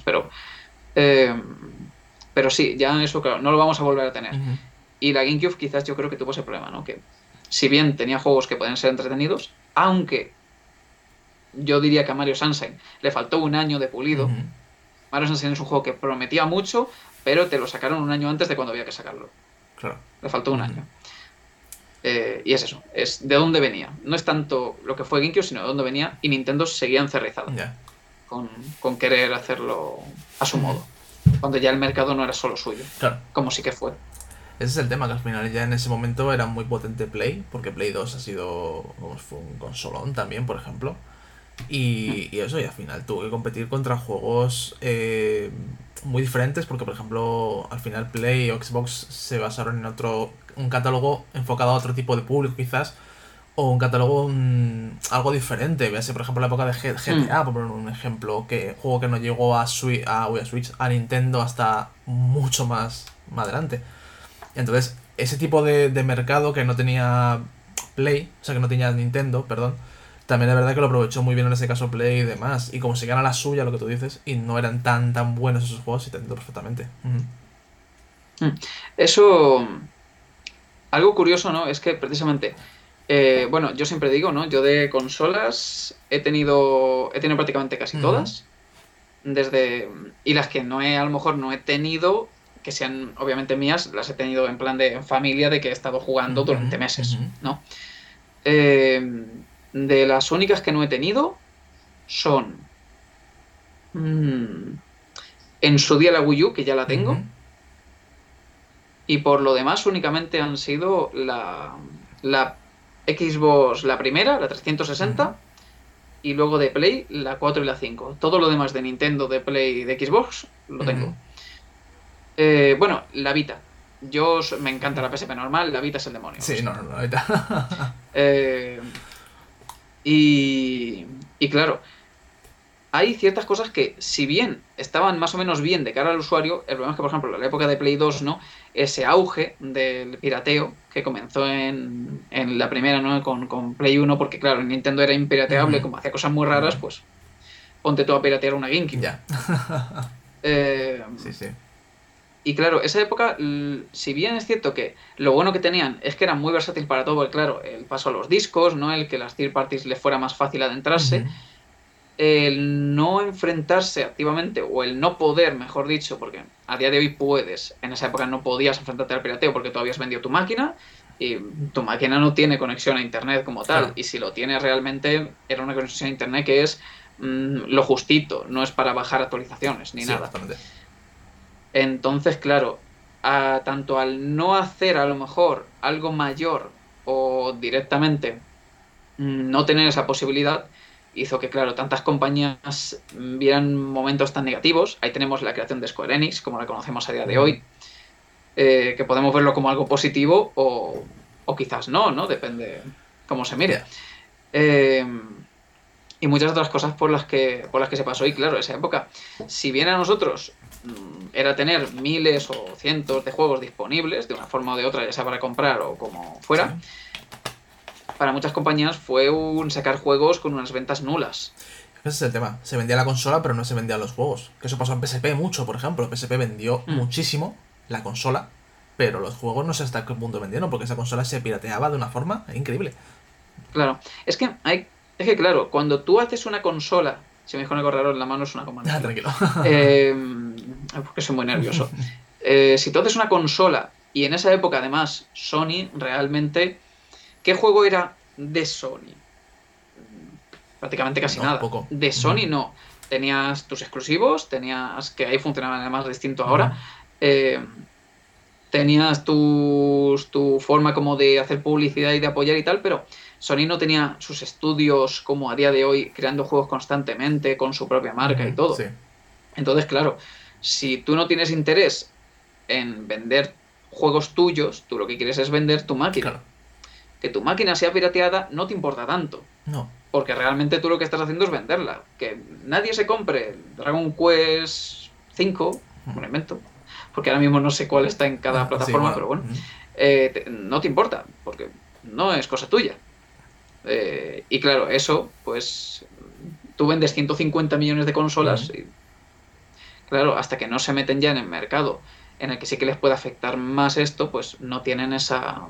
pero sí, ya eso, claro, no lo vamos a volver a tener. Y la GameCube quizás yo creo que tuvo ese problema, ¿no? Que si bien tenía juegos que pueden ser entretenidos, aunque yo diría que a Mario Sunshine le faltó un año de pulido. Mario Sunshine es un juego que prometía mucho, pero te lo sacaron un año antes de cuando había que sacarlo. Claro. Le faltó un año. Y es eso, es de dónde venía. No es tanto lo que fue GameCube, sino de dónde venía, y Nintendo seguía encerrizado con querer hacerlo a su modo, cuando ya el mercado no era solo suyo, como sí que fue. Ese es el tema, que al final ya en ese momento era muy potente Play, porque Play 2 ha sido, fue un consolón también, por ejemplo. Y eso, y al final tuvo que competir contra juegos muy diferentes, porque por ejemplo al final Play o Xbox se basaron en un catálogo enfocado a otro tipo de público quizás, o un catálogo algo diferente. Véase por ejemplo la época de GTA, por poner un ejemplo, juego que no llegó a Switch, a Nintendo hasta mucho más adelante. Entonces ese tipo de mercado que no tenía Play, o sea que no tenía Nintendo, perdón, también es verdad que lo aprovechó muy bien en ese caso Play y demás. Y como se gana la suya, lo que tú dices, y no eran tan buenos esos juegos, y te entiendo perfectamente. Eso, algo curioso, ¿no? Es que precisamente, bueno, yo siempre digo, ¿no? Yo de consolas he tenido prácticamente casi todas. Y las que a lo mejor no he tenido, que sean obviamente mías, las he tenido en plan de familia, de que he estado jugando durante meses, ¿no? De las únicas que no he tenido son en su día la Wii U, que ya la tengo, y por lo demás únicamente han sido la Xbox, la primera, la 360, y luego de Play, la 4 y la 5. Todo lo demás de Nintendo, de Play y de Xbox lo tengo. Bueno, la Vita. Me encanta la PSP normal, la Vita es el demonio. Sí, no, la Vita. Y claro, hay ciertas cosas que, si bien estaban más o menos bien de cara al usuario, el problema es que, por ejemplo, en la época de Play 2, ¿no? Ese auge del pirateo que comenzó en la primera, ¿no? Con Play 1, porque claro, Nintendo era impirateable, como hacía cosas muy raras, pues ponte tú a piratear una GameCube. Ya. Sí. Y claro, esa época, si bien es cierto que lo bueno que tenían es que eran muy versátil para todo, claro, el paso a los discos, ¿no? El que las third parties les fuera más fácil adentrarse, el no enfrentarse activamente, o el no poder, mejor dicho, porque a día de hoy puedes, en esa época no podías enfrentarte al pirateo porque tú habías vendido tu máquina y tu máquina no tiene conexión a internet como tal, y si lo tiene realmente era una conexión a internet que es lo justito, no es para bajar actualizaciones ni nada. Exactamente. Entonces, claro, tanto al no hacer a lo mejor algo mayor o directamente no tener esa posibilidad, hizo que, claro, tantas compañías vieran momentos tan negativos. Ahí tenemos la creación de Square Enix, como la conocemos a día de hoy, que podemos verlo como algo positivo o quizás no, depende cómo se mire. Y muchas otras cosas por las que se pasó. Y claro, esa época, si bien a nosotros era tener miles o cientos de juegos disponibles de una forma o de otra, ya sea para comprar o como fuera, para muchas compañías fue un sacar juegos con unas ventas nulas. Ese es el tema. Se vendía la consola, pero no se vendían los juegos. Que eso pasó en PSP mucho, por ejemplo. PSP vendió muchísimo la consola, pero los juegos no sé hasta qué punto vendieron, porque esa consola se pirateaba de una forma increíble. Claro. Es que claro, cuando tú haces una consola, si me dijo el corredor en la mano es una comanda. Tranquilo. Porque soy muy nervioso. Si tú haces una consola, y en esa época además Sony realmente... ¿Qué juego era de Sony? Prácticamente casi nada. Poco. De Sony no. Tenías tus exclusivos, tenías que ahí funcionaban además distinto ahora. Tenías tu forma como de hacer publicidad y de apoyar y tal, pero Sony no tenía sus estudios como a día de hoy creando juegos constantemente con su propia marca y todo. Sí. Entonces, claro, si tú no tienes interés en vender juegos tuyos, tú lo que quieres es vender tu máquina. Claro. Que tu máquina sea pirateada no te importa tanto. No. Porque realmente tú lo que estás haciendo es venderla. Que nadie se compre Dragon Quest 5, un invento, porque ahora mismo no sé cuál está en cada plataforma, sí, pero bueno, no te importa, porque no es cosa tuya. Y claro, eso, pues, tú vendes 150 millones de consolas y, claro, hasta que no se meten ya en el mercado en el que sí que les puede afectar más esto, pues no tienen esa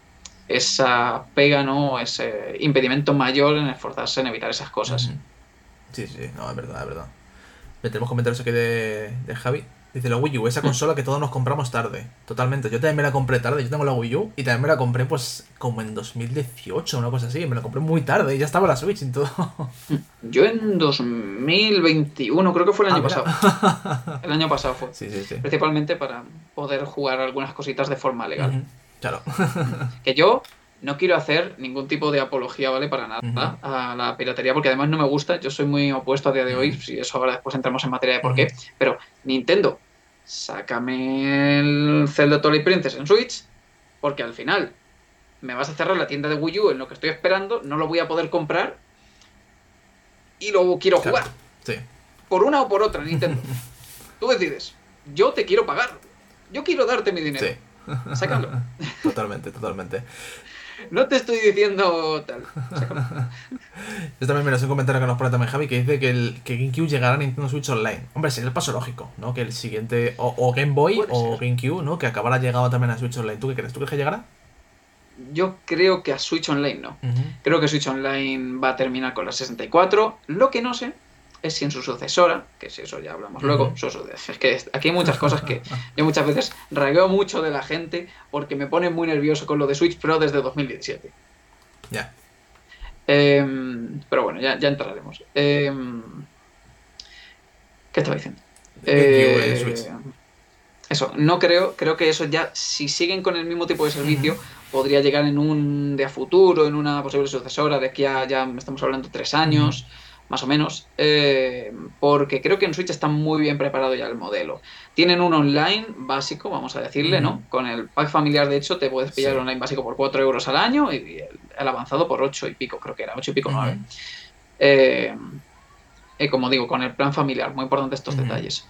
pega, ¿no? Ese impedimento mayor en esforzarse en evitar esas cosas. Sí, no, es verdad, es verdad. Tenemos comentarios aquí de Javi. Dice la Wii U, esa consola que todos nos compramos tarde. Totalmente, yo también me la compré tarde. Yo tengo la Wii U y también me la compré pues como en 2018, una cosa así. Me la compré muy tarde y ya estaba la Switch y todo. Yo en 2021, creo que fue el año pasado. El año pasado fue. Sí. Principalmente para poder jugar algunas cositas de forma legal. Claro. Que yo no quiero hacer ningún tipo de apología, ¿vale? Para nada a la piratería, porque además no me gusta. Yo soy muy opuesto a día de hoy, si eso ahora después entramos en materia de por qué. Pero Nintendo, sácame el Zelda Twilight Princess en Switch, porque al final me vas a cerrar la tienda de Wii U en lo que estoy esperando, no lo voy a poder comprar y luego quiero jugar. Sí. Por una o por otra, Nintendo. Tú decides. Yo te quiero pagar. Yo quiero darte mi dinero. Sí. Sácalo. Totalmente. No te estoy diciendo tal. Sácalo. Yo también me lo sé un comentario que nos pone también Javi, que dice que GameCube llegará a Nintendo Switch Online. Hombre, sería el paso lógico, ¿no? Que el siguiente, o Game Boy o GameCube, ¿no? Que acabara llegado también a Switch Online. ¿Tú qué crees? ¿Tú crees que llegará? Yo creo que a Switch Online no. Creo que Switch Online va a terminar con la 64. Lo que no sé es si en su sucesora, que si eso ya hablamos luego, es que aquí hay muchas cosas que yo muchas veces ragueo mucho de la gente porque me pone muy nervioso con lo de Switch Pro desde 2017. Ya. Pero bueno, ya entraremos. ¿Qué estaba diciendo? Eso, no creo que eso ya, si siguen con el mismo tipo de servicio, podría llegar en un de a futuro, en una posible sucesora, de aquí a ya estamos hablando 3 años, más o menos, porque creo que en Switch está muy bien preparado ya el modelo. Tienen un online básico, vamos a decirle, ¿no? Con el pack familiar, de hecho, te puedes pillar el online básico por 4 euros al año y el avanzado por 8 y pico, creo que era, 8 y pico, 9. Como digo, con el plan familiar, muy importante estos detalles.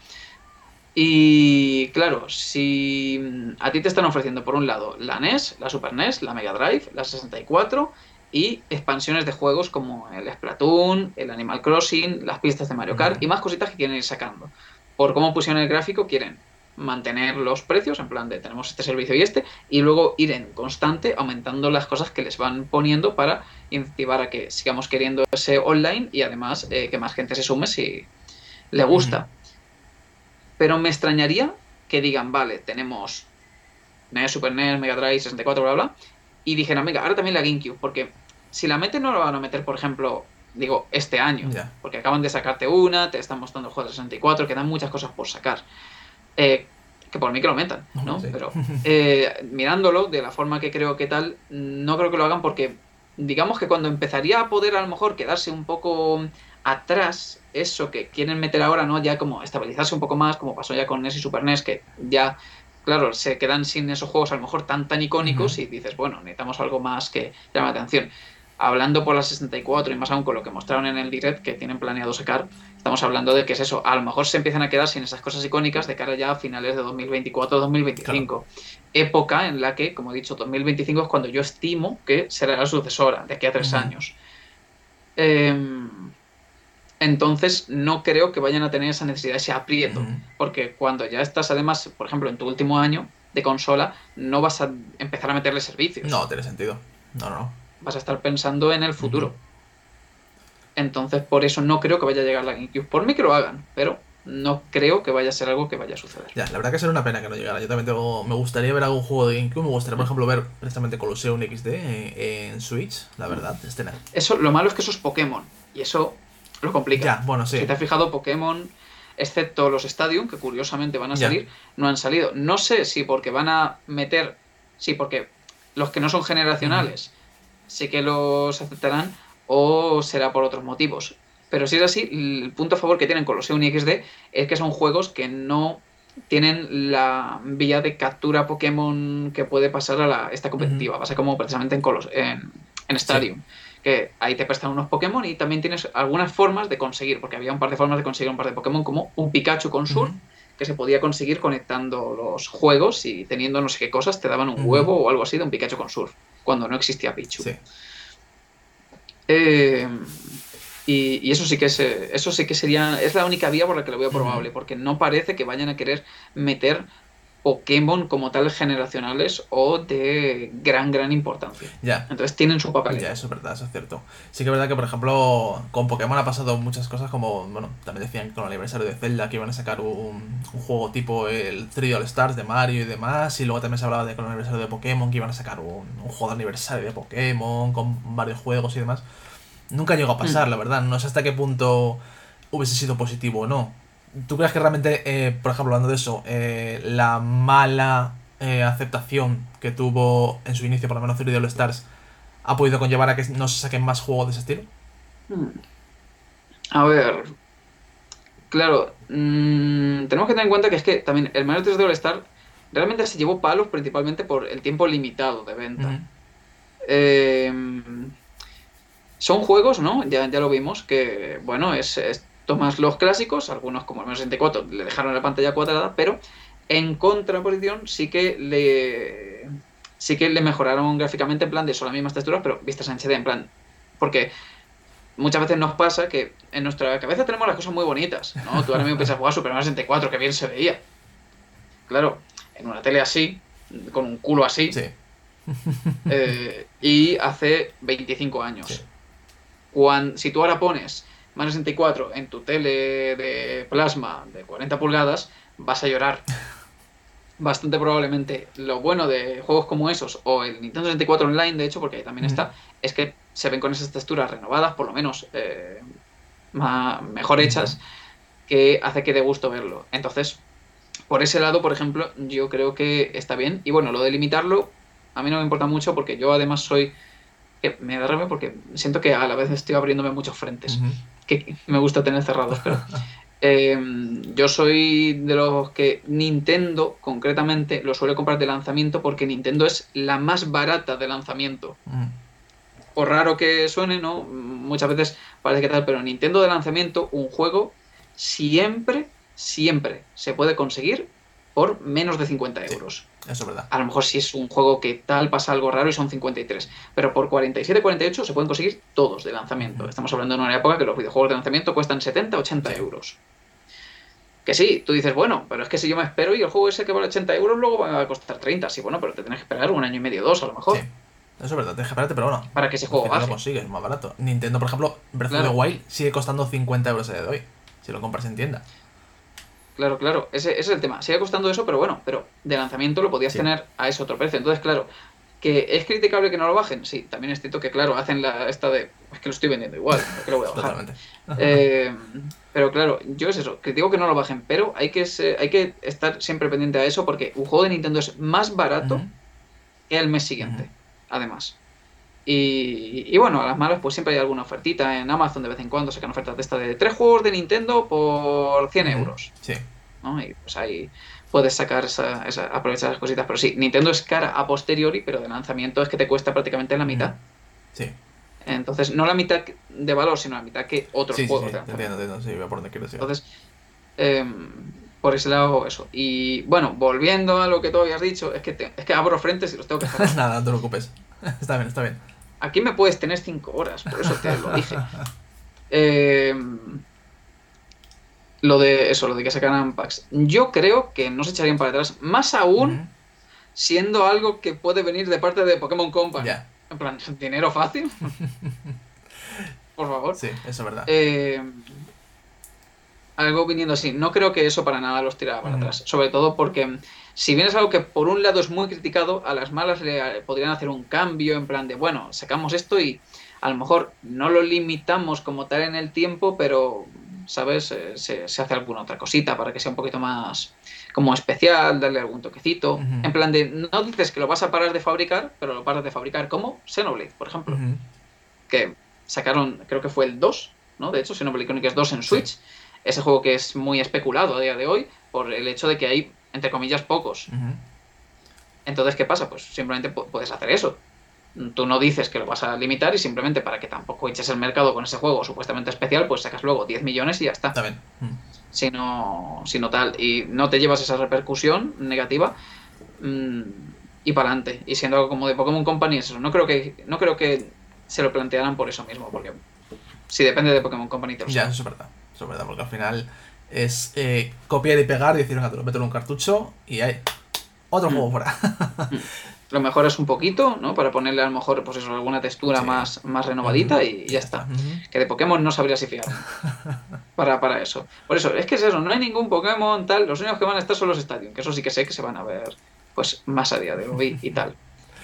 Y claro, si a ti te están ofreciendo por un lado la NES, la Super NES, la Mega Drive, la 64 y expansiones de juegos como el Splatoon, el Animal Crossing, las pistas de Mario Kart y más cositas que quieren ir sacando. Por cómo pusieron el gráfico, quieren mantener los precios, en plan de tenemos este servicio y luego ir en constante aumentando las cosas que les van poniendo para incentivar a que sigamos queriendo ese online y además que más gente se sume si le gusta. Pero me extrañaría que digan, vale, tenemos NES, Super NES, Mega Drive, 64, bla, bla, y dijeran, venga, ahora también la GameCube, porque si la meten no la van a meter, por ejemplo, digo, este año, porque acaban de sacarte una, te están mostrando el juego de 64, quedan muchas cosas por sacar. Que por mí que lo metan, ¿no? Sí. Pero mirándolo de la forma que creo que tal, no creo que lo hagan porque digamos que cuando empezaría a poder a lo mejor quedarse un poco atrás, eso que quieren meter ahora, ¿no? Ya como estabilizarse un poco más, como pasó ya con NES y Super NES, que ya, claro, se quedan sin esos juegos a lo mejor tan icónicos y dices, bueno, necesitamos algo más que llame la atención. Hablando por la 64 y más aún con lo que mostraron en el Direct que tienen planeado sacar, estamos hablando de que es eso, a lo mejor se empiezan a quedar sin esas cosas icónicas de cara ya a finales de 2024-2025. Claro. Época en la que, como he dicho, 2025 es cuando yo estimo que será la sucesora, de aquí a 3 años. Entonces no creo que vayan a tener esa necesidad, ese aprieto, porque cuando ya estás además, por ejemplo, en tu último año de consola, no vas a empezar a meterle servicios. No, tiene sentido. No. Vas a estar pensando en el futuro. Ujú. Entonces, por eso no creo que vaya a llegar la GameCube. Por mí que lo hagan, pero no creo que vaya a ser algo que vaya a suceder. Ya, la verdad que sería una pena que no llegara. Yo también me gustaría ver algún juego de GameCube. Me gustaría, por ejemplo, ver precisamente Colosseum XD en Switch, la verdad. Eso, lo malo es que eso es Pokémon, y eso lo complica. Ya, bueno, sí. Si te has fijado, Pokémon, excepto los Stadium, que curiosamente van a salir, no han salido. No sé si porque van a meter... Sí, porque los que no son generacionales sí que los aceptarán, o será por otros motivos. Pero si es así, el punto a favor que tienen con los Xeon y XD es que son juegos que no tienen la vía de captura Pokémon que puede pasar a esta competitiva. Va a ser como precisamente en Stadium. Sí. Que ahí te prestan unos Pokémon y también tienes algunas formas de conseguir, porque había un par de formas de conseguir un par de Pokémon, como un Pikachu con Surf, que se podía conseguir conectando los juegos y teniendo no sé qué cosas, te daban un huevo o algo así de un Pikachu con Surf, cuando no existía Pichu. Sí. Y eso sí que sería, es la única vía por la que lo veo probable, porque no parece que vayan a querer meter Pokémon como tal generacionales o de gran importancia. Ya. Entonces tienen su papel. Ya, eso es verdad, eso es cierto. Sí que es verdad que, por ejemplo, con Pokémon ha pasado muchas cosas como, bueno, también decían con el aniversario de Zelda que iban a sacar un juego tipo el 3D All Stars de Mario y demás, y luego también se hablaba de con el aniversario de Pokémon que iban a sacar un juego de aniversario de Pokémon con varios juegos y demás. Nunca llegó a pasar, la verdad. No sé hasta qué punto hubiese sido positivo o no. ¿Tú crees que realmente, por ejemplo, hablando de eso, la mala aceptación que tuvo en su inicio, por lo menos 3D All Stars, ha podido conllevar a que no se saquen más juegos de ese estilo? A ver, claro, tenemos que tener en cuenta que es que también el Mario 3D All Star realmente se llevó palos principalmente por el tiempo limitado de venta. Son juegos, ¿no? Ya lo vimos, que, bueno, tomas los clásicos, algunos como el Mario 64 le dejaron la pantalla cuadrada, pero en contraposición sí que le mejoraron gráficamente, en plan de son las mismas texturas, pero vistas en HD, en plan, porque muchas veces nos pasa que en nuestra cabeza tenemos las cosas muy bonitas, ¿no? Tú ahora mismo piensas jugar Super Mario 64, que bien se veía. Claro, en una tele así, con un culo así, sí. Y hace 25 años. Sí. Si tú ahora pones Mario 64 en tu tele de plasma de 40 pulgadas, vas a llorar. Bastante probablemente. Lo bueno de juegos como esos, o el Nintendo 64 Online, de hecho, porque ahí también está, es que se ven con esas texturas renovadas, por lo menos mejor hechas, que hace que dé gusto verlo. Entonces, por ese lado, por ejemplo, yo creo que está bien. Y bueno, lo de limitarlo, a mí no me importa mucho, porque yo además soy... me da rabia porque siento que a la vez estoy abriéndome muchos frentes que me gusta tener cerrados, pero yo soy de los que Nintendo concretamente lo suele comprar de lanzamiento, porque Nintendo es la más barata de lanzamiento. Por raro que suene, ¿no? Muchas veces parece que tal, pero Nintendo de lanzamiento, un juego siempre se puede conseguir por menos de 50 euros. Sí. Eso es verdad. A lo mejor si es un juego que tal pasa algo raro y son 53. Pero por 47, 48 se pueden conseguir todos de lanzamiento. Estamos hablando de una época que los videojuegos de lanzamiento cuestan 70, 80 euros. Que sí, tú dices, bueno, pero es que si yo me espero y el juego ese que vale 80 euros luego va a costar 30. Sí, bueno, pero te tienes que esperar un año y medio, 2 a lo mejor. Sí. Eso es verdad, tienes que esperarte, pero bueno. Para que ese juego baje. No lo consigues, más barato. Nintendo, por ejemplo, Breath of the Wild sigue costando 50 euros a día de hoy. Si lo compras en tienda. Claro, ese es el tema. Sigue costando eso, pero bueno, pero de lanzamiento lo podías tener a ese otro precio. Entonces, claro, ¿que es criticable que no lo bajen? Sí, también es cierto que, claro, hacen esta de... Es que lo estoy vendiendo igual, ¿por qué lo voy a bajar? Totalmente. Pero claro, yo es eso, critico que no lo bajen, pero hay que estar siempre pendiente a eso, porque un juego de Nintendo es más barato que el mes siguiente, además. Y bueno, a las malas pues siempre hay alguna ofertita en Amazon, de vez en cuando sacan ofertas de esta de 3 juegos de Nintendo por 100 euros, Sí. ¿no? Y pues ahí puedes sacar aprovechar esas cositas. Pero sí, Nintendo es cara a posteriori, pero de lanzamiento es que te cuesta prácticamente la mitad. Sí. Entonces, no la mitad de valor, sino la mitad que otros Sí, juegos de te lanzamiento. entiendo, sí, voy a por donde quieres llegar. Entonces, por ese lado, eso. Y bueno, volviendo a lo que tú habías dicho, es que abro frentes y los tengo que cerrar. Nada, no te preocupes. Está bien, está bien. Aquí me puedes tener 5 horas, por eso te lo dije. Eh, lo de que sacaran packs. Yo creo que no se echarían para atrás, más aún siendo algo que puede venir de parte de Pokémon Company. Ya. En plan, dinero fácil, por favor. Sí, eso es verdad. Eh, algo viniendo así. No creo que eso para nada los tirara para atrás. Sobre todo porque, si bien es algo que por un lado es muy criticado, a las malas le podrían hacer un cambio en plan de, bueno, sacamos esto y a lo mejor no lo limitamos como tal en el tiempo, pero, ¿sabes? Se hace alguna otra cosita para que sea un poquito más como especial, darle algún toquecito. En plan de, no dices que lo vas a parar de fabricar, pero lo paras de fabricar como Xenoblade, por ejemplo. Que sacaron, creo que fue el 2, ¿no? De hecho, Xenoblade Chronicles 2 en Switch. Sí. Ese juego que es muy especulado a día de hoy por el hecho de que hay, entre comillas, pocos. Entonces, ¿qué pasa? Pues simplemente puedes hacer eso. Tú no dices que lo vas a limitar y simplemente para que tampoco eches el mercado con ese juego supuestamente especial, pues sacas luego 10 millones y ya está. Está bien. Sino tal. Y no te llevas esa repercusión negativa y para adelante. Y siendo algo como de Pokémon Company, eso. No creo que se lo plantearan por eso mismo, porque si depende de Pokémon Company te lo Ya, sabe. eso es verdad. Eso es verdad, porque al final es copiar y pegar y decir, venga, te lo meto en un cartucho y hay otro juego fuera. Lo mejoras un poquito, ¿no? Para ponerle a lo mejor, pues eso, alguna textura Sí. más renovadita y ya está. Que de Pokémon no sabría si fiarme. Para eso. Por eso, es que es eso, no hay ningún Pokémon tal. Los únicos que van a estar son los Stadium, que eso sí que sé que se van a ver, pues, más a día de hoy y tal.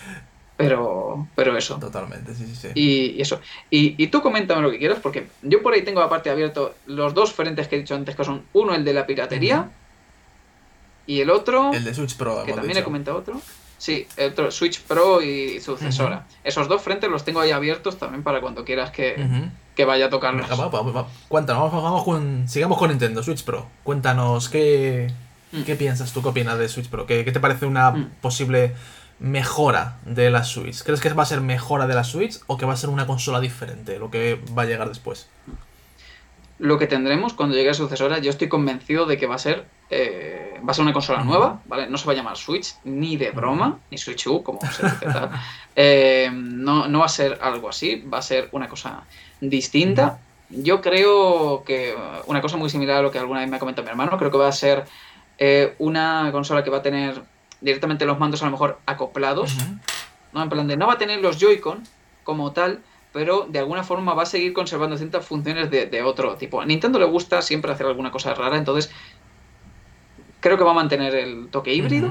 Pero eso. Totalmente, sí, sí, sí. Y eso. Y tú coméntame lo que quieras, porque yo por ahí tengo aparte abierto los dos frentes que he dicho antes, que son uno el de la piratería y el otro, El de Switch Pro, que hemos también dicho. he comentado otro. Sí, el otro, Switch Pro y sucesora. Esos dos frentes los tengo ahí abiertos también para cuando quieras que vaya a tocarlos. Venga, cuéntanos, sigamos con Nintendo Switch Pro. Cuéntanos, ¿qué piensas tú? ¿Qué opinas de Switch Pro? ¿Qué te parece una posible mejora de la Switch? ¿Crees que va a ser mejora de la Switch o que va a ser una consola diferente, lo que va a llegar después? Lo que tendremos cuando llegue a sucesora, yo estoy convencido de que va a ser una consola nueva, ¿vale? No se va a llamar Switch ni de broma, ni Switch U, como se dice tal. No va a ser algo así, va a ser una cosa distinta. Yo creo que una cosa muy similar a lo que alguna vez me ha comentado mi hermano, creo que va a ser una consola que va a tener directamente los mandos a lo mejor acoplados, ¿no? En plan de no va a tener los Joy-Con como tal, pero de alguna forma va a seguir conservando ciertas funciones de otro tipo. A Nintendo le gusta siempre hacer alguna cosa rara, entonces creo que va a mantener el toque híbrido,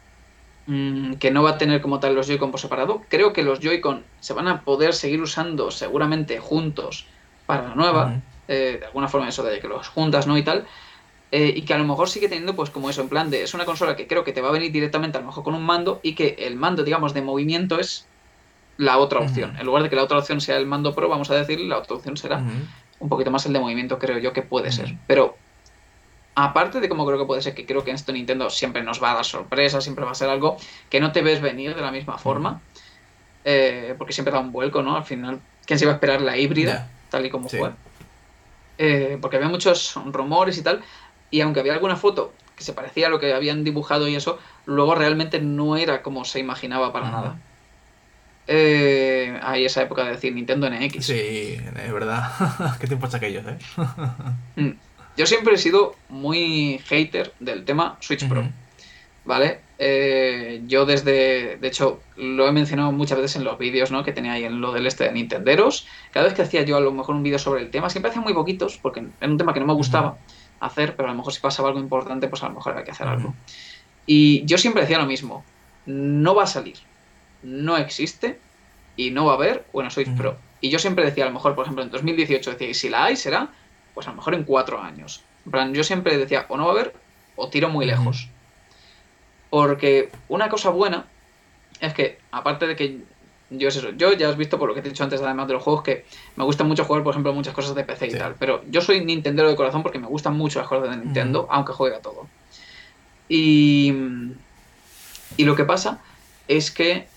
que no va a tener como tal los Joy-Con por separado. Creo que los Joy-Con se van a poder seguir usando seguramente juntos para la nueva, de alguna forma eso de que los juntas, ¿no? Y tal. Y que a lo mejor sigue teniendo pues como eso, en plan de, es una consola que creo que te va a venir directamente a lo mejor con un mando y que el mando, digamos, de movimiento es la otra opción. En lugar de que la otra opción sea el mando Pro, vamos a decir, la otra opción será un poquito más el de movimiento, creo yo que puede ser. Pero aparte de cómo creo que puede ser, que creo que en esto Nintendo siempre nos va a dar sorpresas, siempre va a ser algo que no te ves venir de la misma forma, porque siempre da un vuelco, ¿no? Al final, ¿quién se iba a esperar la híbrida, tal y como fue? Porque había muchos rumores y tal, y aunque había alguna foto que se parecía a lo que habían dibujado y eso, luego realmente no era como se imaginaba para nada. Hay esa época de decir Nintendo NX. Sí, es verdad. Qué tiempos aquellos, Yo siempre he sido muy hater del tema Switch Pro, ¿vale? Yo de hecho, lo he mencionado muchas veces en los vídeos, ¿no? Que tenía ahí en lo del de Nintenderos. Cada vez que hacía yo a lo mejor un vídeo sobre el tema, siempre hacía muy poquitos, porque era un tema que no me gustaba hacer, pero a lo mejor si pasaba algo importante, pues a lo mejor había que hacer algo. Y yo siempre decía lo mismo, no va a salir, no existe y no va a haber una Switch Pro. Y yo siempre decía, a lo mejor, por ejemplo, en 2018 decía, y si la hay, será, pues a lo mejor en 4 años. En plan, yo siempre decía, o no va a haber, o tiro muy lejos. Porque una cosa buena es que, aparte de que Yo es eso. Yo ya has visto por lo que te he dicho antes, además de los juegos, que me gusta mucho jugar, por ejemplo, muchas cosas de PC y Sí. tal. Pero yo soy Nintendero de corazón porque me gustan mucho las cosas de Nintendo, aunque juegue a todo. Y, y lo que pasa es que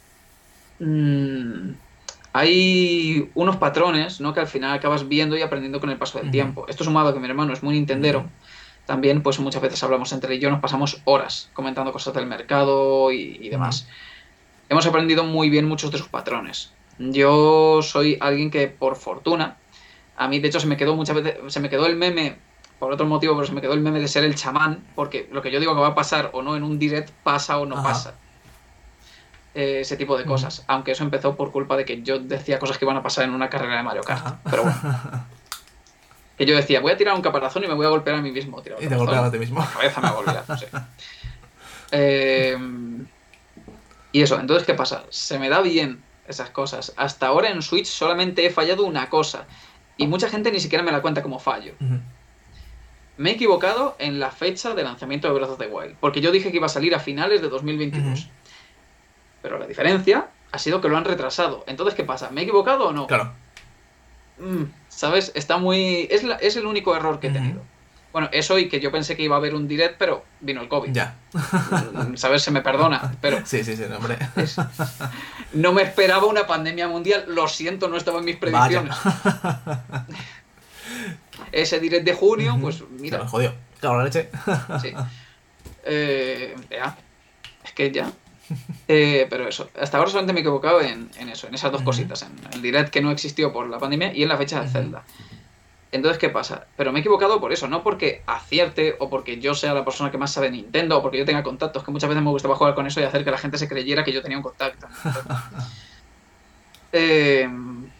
mm, hay unos patrones, ¿no? Que al final acabas viendo y aprendiendo con el paso del Ujú. tiempo. Esto sumado a que mi hermano es muy Muy nintendero, bien. también pues muchas veces hablamos entre él y yo, nos pasamos horas comentando cosas del mercado y Ujú. demás. Hemos aprendido muy bien muchos de sus patrones. Yo soy alguien que, por fortuna, a mí de hecho se me quedó muchas veces, se me quedó el meme, por otro motivo, pero se me quedó el meme de ser el chamán, porque lo que yo digo que va a pasar o no en un direct pasa o no Ajá. pasa. Ese tipo de Ujú. cosas. Aunque eso empezó por culpa de que yo decía cosas que iban a pasar en una carrera de Mario Kart. Ajá. Pero bueno, que yo decía, voy a tirar un caparazón y me voy a golpear a mí mismo. Tiro el Y te golpeaba a caparazón, ti mismo. la cabeza me va a olvidar. Sí. Eh, y eso, entonces, ¿qué pasa? Se me da bien esas cosas. Hasta ahora en Switch solamente he fallado una cosa. Y mucha gente ni siquiera me la cuenta como fallo. Ujú. Me he equivocado en la fecha de lanzamiento de Breath of the Wild. Porque yo dije que iba a salir a finales de Ujú. 2022. Pero la diferencia ha sido que lo han retrasado. Entonces, ¿qué pasa? ¿Me he equivocado o no? Claro. ¿Sabes? Está muy... Es el único error que he Ujú. tenido. Bueno, eso y que yo pensé que iba a haber un direct, pero vino el COVID. Ya. ¿Sabes? Se me perdona, pero Sí, sí, sí, no, hombre. es... no me esperaba una pandemia mundial. Lo siento, no estaba en mis Vaya. predicciones. Ese direct de junio, Ujú. pues Se me mira, jodió. Claro, la leche. sí. Ya, es que ya. Pero eso, hasta ahora solamente me he equivocado en eso, en esas dos Ujú. cositas, en el direct que no existió por la pandemia y en la fecha de Ujú. Zelda. Entonces, ¿qué pasa? Pero me he equivocado por eso, no porque acierte o porque yo sea la persona que más sabe de Nintendo o porque yo tenga contactos, que muchas veces me gustaba jugar con eso y hacer que la gente se creyera que yo tenía un contacto en Nintendo. Eh,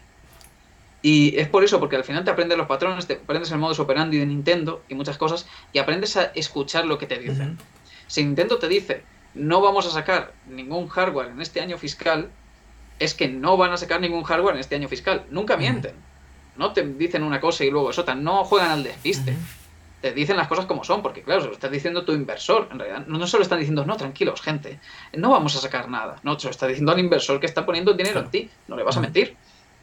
y es por eso, porque al final te aprendes los patrones, te aprendes el modus operandi de Nintendo y muchas cosas, y aprendes a escuchar lo que te Ujú. dicen. Si Nintendo te dice, no vamos a sacar ningún hardware en este año fiscal, es que no van a sacar ningún hardware en este año fiscal. Nunca Ujú. mienten. No te dicen una cosa y luego es otra. No juegan al Ujú. despiste. Te dicen las cosas como son, porque claro, se lo estás diciendo tu inversor. En realidad, no se lo están diciendo, no, tranquilos, gente, no vamos a sacar nada. No, se lo está diciendo al inversor que está poniendo dinero en Claro. ti. No le vas a Ujú. mentir.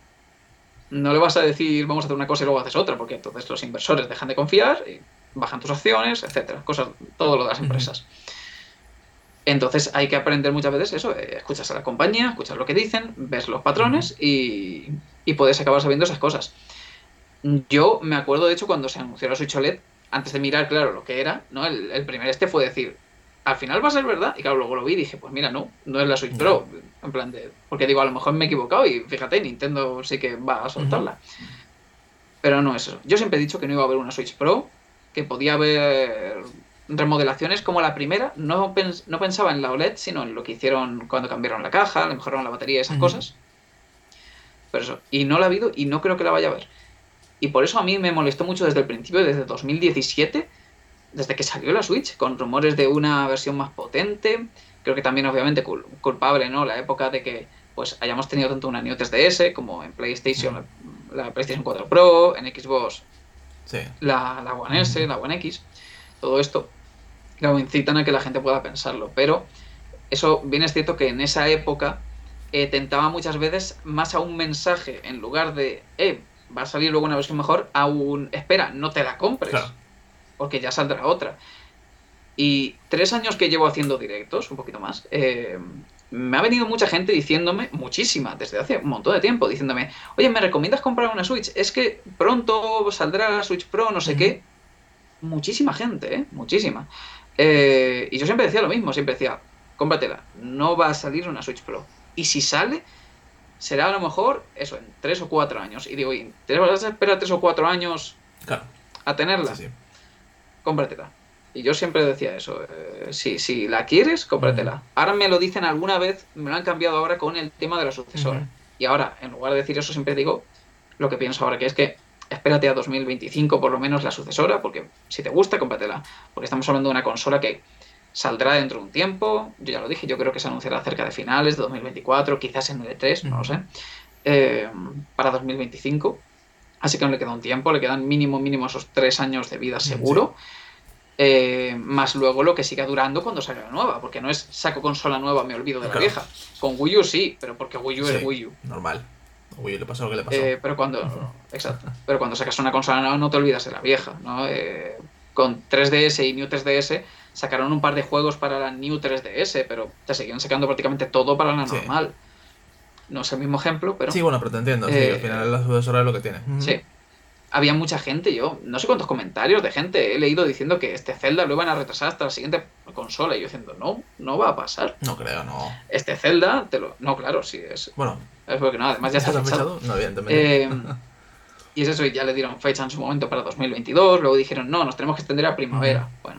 No le vas a decir, vamos a hacer una cosa y luego haces otra, porque entonces los inversores dejan de confiar, y bajan tus acciones, etcétera. Cosas, todo lo de las Ujú. empresas. Entonces hay que aprender muchas veces eso, escuchas a la compañía, escuchas lo que dicen, ves los Ujú. patrones y puedes acabar sabiendo esas cosas. Yo me acuerdo, de hecho, cuando se anunció la Switch OLED, antes de mirar, claro, lo que era, ¿no? El primer fue decir, al final va a ser verdad. Y claro, luego lo vi y dije, pues mira, no, no es la Switch Ya. Pro. En plan de. Porque digo, a lo mejor me he equivocado y fíjate, Nintendo sí que va a Ujú. soltarla. Pero no es eso. Yo siempre he dicho que no iba a haber una Switch Pro, que podía haber remodelaciones como la primera. No pensaba en la OLED, sino en lo que hicieron cuando cambiaron la caja, le mejoraron la batería y esas Ujú. cosas. Pero eso. Y no la ha habido y no creo que la vaya a haber. Y por eso a mí me molestó mucho desde el principio, desde 2017, desde que salió la Switch, con rumores de una versión más potente. Creo que también, obviamente, culpable, ¿no? La época de que pues hayamos tenido tanto una Neo 3DS como en PlayStation, Ujú. la PlayStation 4 Pro, en Xbox Sí. la One Ujú. S, la One X, todo esto, claro, incitan a que la gente pueda pensarlo. Pero eso bien es cierto que en esa época tentaba muchas veces más a un mensaje en lugar de, va a salir luego una versión mejor, a un, espera, no te la Claro. compres, porque ya saldrá otra. Y 3 años que llevo haciendo directos, un poquito más, me ha venido mucha gente diciéndome, muchísima, desde hace un montón de tiempo, diciéndome, oye, ¿me recomiendas comprar una Switch? Es que pronto saldrá la Switch Pro, no sé Ujú. qué. Muchísima gente, ¿eh? Muchísima. Y yo siempre decía lo mismo, siempre decía, cómpratela, no va a salir una Switch Pro. Y si sale, será a lo mejor eso, en 3 o 4 años. Y digo, ¿y te vas a esperar 3 o 4 años Claro. a Sí, tenerla? sí. Cómpratela. Y yo siempre decía eso, si la quieres, Ujú. cómpratela. Ahora me lo dicen alguna vez, me lo han cambiado ahora con el tema de la Ujú. sucesora. Y ahora, en lugar de decir eso, siempre digo lo que pienso ahora, que es que espérate a 2025 por lo menos la sucesora, porque si te gusta, cómpratela. Porque estamos hablando de una consola que saldrá dentro de un tiempo, yo ya lo dije, yo creo que se anunciará cerca de finales de 2024, quizás en el E3, no lo Ujú. sé, eh, para 2025. Así que aún le queda un tiempo, le quedan mínimo esos 3 años de vida Mm, sí. seguro. Más luego lo que siga durando cuando salga la nueva, porque no es saco consola nueva, me olvido de la Claro. vieja. Con Wii U sí, pero porque Wii U Sí, es Wii U. normal. A Wii U le pasó lo que le pasó. Pero cuando. Exacto. Pero cuando sacas una consola nueva no te olvidas de la vieja, ¿no? Con 3DS y New 3DS sacaron un par de juegos para la New 3DS, pero te seguían sacando prácticamente todo para la Sí. normal. No es el mismo ejemplo, pero. Sí, bueno, pero te entiendo. Sí, al final la sucesora es lo que tiene. Sí. Había mucha gente, yo no sé cuántos comentarios de gente he leído diciendo que este Zelda lo iban a retrasar hasta la siguiente consola. Y yo diciendo, no va a pasar. No creo, no. Este Zelda, No, claro, sí es. Bueno, Es porque no, además ya está fechado. No, evidentemente. Y es eso, y ya le dieron fecha en su momento para 2022. Luego dijeron, no, nos tenemos que extender a primavera. Bueno.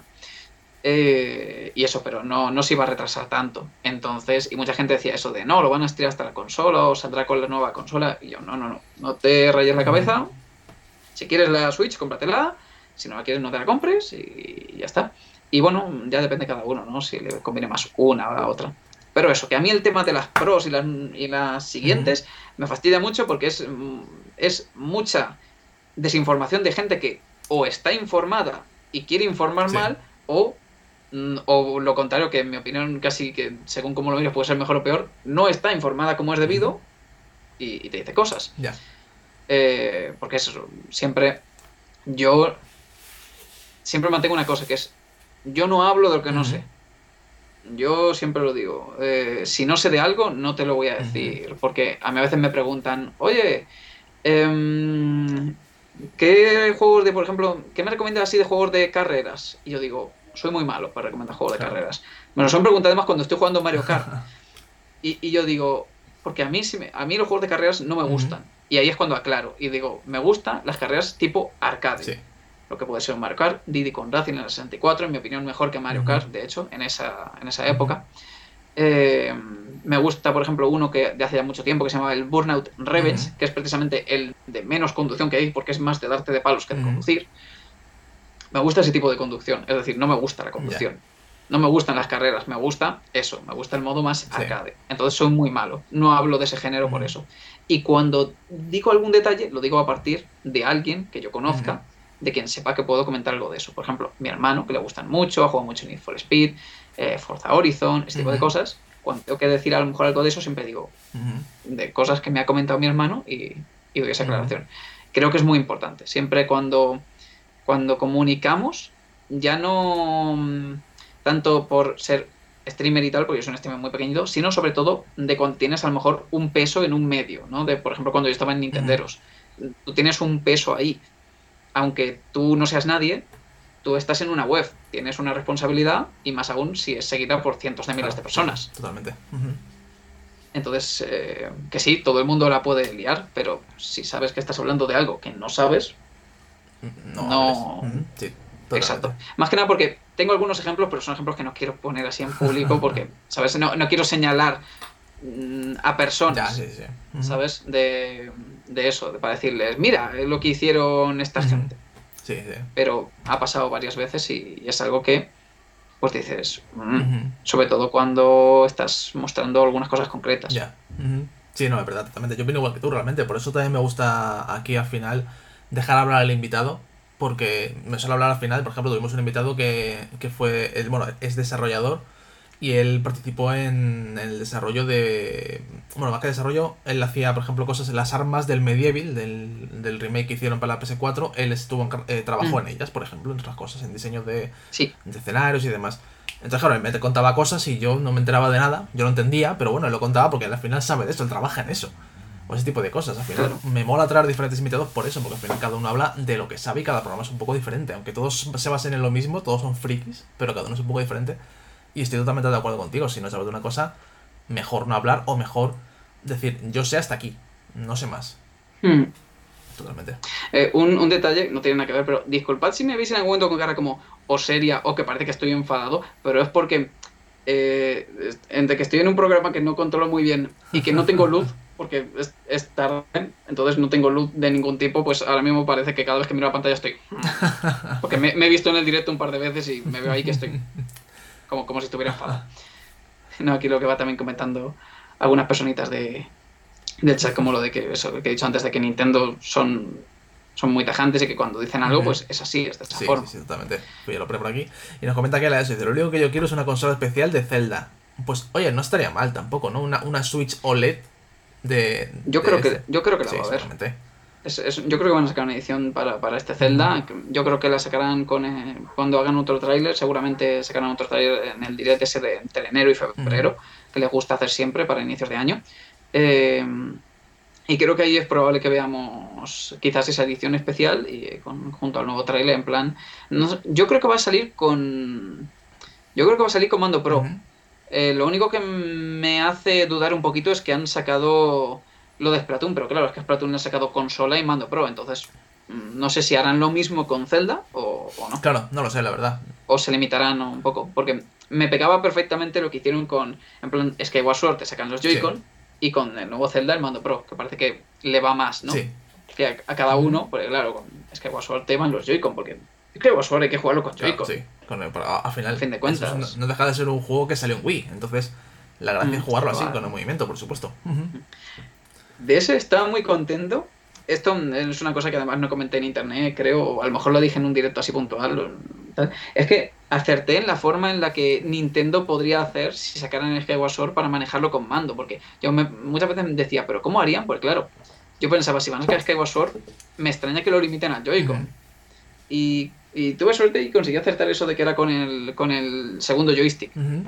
Y eso, pero no se iba a retrasar tanto. Entonces, y mucha gente decía eso de, no, lo van a estirar hasta la consola o saldrá con la nueva consola. Y yo, no te rayes la cabeza. Si quieres la Switch, cómpratela. Si no la quieres, no te la compres y ya está. Y bueno, ya depende de cada uno, ¿no? Si le conviene más una o la otra. Pero eso, que a mí el tema de las pros y las siguientes me fastidia mucho porque es mucha desinformación de gente que o está informada y quiere informar mal o lo contrario, que en mi opinión casi que según como lo mires puede ser mejor o peor, no está informada como es debido y te dice cosas. Ya. Porque eso, yo siempre mantengo una cosa que es, yo no hablo de lo que no sé. Yo siempre lo digo, si no sé de algo no te lo voy a decir, porque a mí a veces me preguntan, oye, ¿qué juegos por ejemplo, qué me recomiendas así de juegos de carreras? Y yo digo, soy muy malo para recomendar juegos de carreras. Me lo son preguntado además cuando estoy jugando Mario Kart. Y yo digo, porque a mí los juegos de carreras no me gustan. Y ahí es cuando aclaro. Y digo, me gustan las carreras tipo arcade. Sí. Lo que puede ser un Mario Kart, Diddy con Racing en el 64, en mi opinión mejor que Mario Kart, de hecho, en esa época. Me gusta, por ejemplo, uno que de hace ya mucho tiempo que se llama el Burnout Revenge, que es precisamente el de menos conducción que hay, porque es más de darte de palos que de conducir. Me gusta ese tipo de conducción, es decir, no me gusta la conducción. No me gustan las carreras, me gusta eso, me gusta el modo más arcade. Entonces soy muy malo, no hablo de ese género por eso. Y cuando digo algún detalle, lo digo a partir de alguien que yo conozca, de quien sepa que puedo comentar algo de eso. Por ejemplo, mi hermano, que le gustan mucho, ha jugado mucho en Need for Speed, Forza Horizon, este tipo de cosas. Cuando tengo que decir a lo mejor algo de eso, siempre digo de cosas que me ha comentado mi hermano y doy esa aclaración. Creo que es muy importante. Siempre cuando comunicamos, ya no tanto por ser streamer y tal, porque yo soy un streamer muy pequeñito, sino sobre todo de cuando tienes a lo mejor un peso en un medio, ¿no? De, por ejemplo, cuando yo estaba en Nintenderos. Tú tienes un peso ahí. Aunque tú no seas nadie, tú estás en una web, tienes una responsabilidad y más aún si es seguida por cientos de miles de personas. Totalmente. Entonces, que sí, todo el mundo la puede liar, pero si sabes que estás hablando de algo que no sabes, no. Sí, exacto. Más que nada porque tengo algunos ejemplos, pero son ejemplos que no quiero poner así en público porque, ¿sabes? No quiero señalar a personas, ya, sí. ¿sabes? De eso, para decirles, mira, es lo que hicieron esta gente. Sí. Pero ha pasado varias veces y es algo que, pues dices, sobre todo cuando estás mostrando algunas cosas concretas. Ya. Sí, no, es verdad, totalmente. Yo opino igual que tú, realmente. Por eso también me gusta aquí al final dejar hablar al invitado, porque me suele hablar al final. Por ejemplo, tuvimos un invitado que fue, es desarrollador y él participó en el desarrollo más que desarrollo, él hacía, por ejemplo, cosas en las armas del Medieval, del remake que hicieron para la PS4, él trabajó en ellas, por ejemplo, entre otras cosas, en diseños de escenarios y demás. Entonces, claro, él me contaba cosas y yo no me enteraba de nada, yo lo entendía, pero bueno, él lo contaba porque él al final sabe de eso, él trabaja en eso. O ese tipo de cosas. Al final me mola traer diferentes invitados por eso, porque al final cada uno habla de lo que sabe y cada programa es un poco diferente. Aunque todos se basen en lo mismo, todos son frikis, pero cada uno es un poco diferente. Y estoy totalmente de acuerdo contigo. Si no sabes de una cosa, mejor no hablar o mejor decir, yo sé hasta aquí, no sé más. Totalmente. Un detalle, no tiene nada que ver, pero disculpad si me veis en algún momento con cara como o seria o que parece que estoy enfadado, pero es porque entre que estoy en un programa que no controlo muy bien y que no tengo luz, porque es tarde, entonces no tengo luz de ningún tipo, pues ahora mismo parece que cada vez que miro la pantalla estoy... Porque me he visto en el directo un par de veces y me veo ahí que estoy como si estuviera enfadado. No, aquí lo que va también comentando algunas personitas del chat, como lo de que eso que he dicho antes, de que Nintendo son son muy tajantes y que cuando dicen algo, pues es así, es de esta forma. Sí, totalmente. Pues ya lo pone por aquí. Y nos comenta que la dice, lo único que yo quiero es una consola especial de Zelda. Pues, oye, no estaría mal tampoco, ¿no? Una Switch OLED Yo creo que la va a ver. Seguramente. Yo creo que van a sacar una edición para este Zelda. Yo creo que la sacarán cuando hagan otro tráiler. Seguramente sacarán otro tráiler en el direct ese de entre enero y febrero, que les gusta hacer siempre para inicios de año. Y creo que ahí es probable que veamos quizás esa edición especial y junto al nuevo tráiler, en plan... yo creo que va a salir con... Mando Pro. Lo único que me hace dudar un poquito es que han sacado lo de Splatoon, pero claro, es que Splatoon le ha sacado consola y mando Pro, entonces no sé si harán lo mismo con Zelda o no. Claro, no lo sé, la verdad. O se limitarán un poco, porque me pegaba perfectamente lo que hicieron con, en plan, Skyward Sword, te sacan los Joy-Con, y con el nuevo Zelda el mando Pro, que parece que le va más, ¿no? Sí. Que a cada uno, porque claro, con Skyward Sword te van los Joy-Con, porque Skyward Sword hay que jugarlo con Joy-Con. Claro, sí, al final, a fin de cuentas. No deja de ser un juego que salió en Wii, entonces la gracia es jugarlo así, con el movimiento, por supuesto. De ese estaba muy contento. Esto es una cosa que además no comenté en internet, creo, a lo mejor lo dije en un directo así puntual. Es que acerté en la forma en la que Nintendo podría hacer si sacaran el Skyward Sword para manejarlo con mando, porque yo muchas veces me decía, ¿pero cómo harían? Pues claro, yo pensaba, si van a sacar Skyward Sword, me extraña que lo limiten al Joy-Con. Y tuve suerte y conseguí acertar eso de que era con el segundo joystick.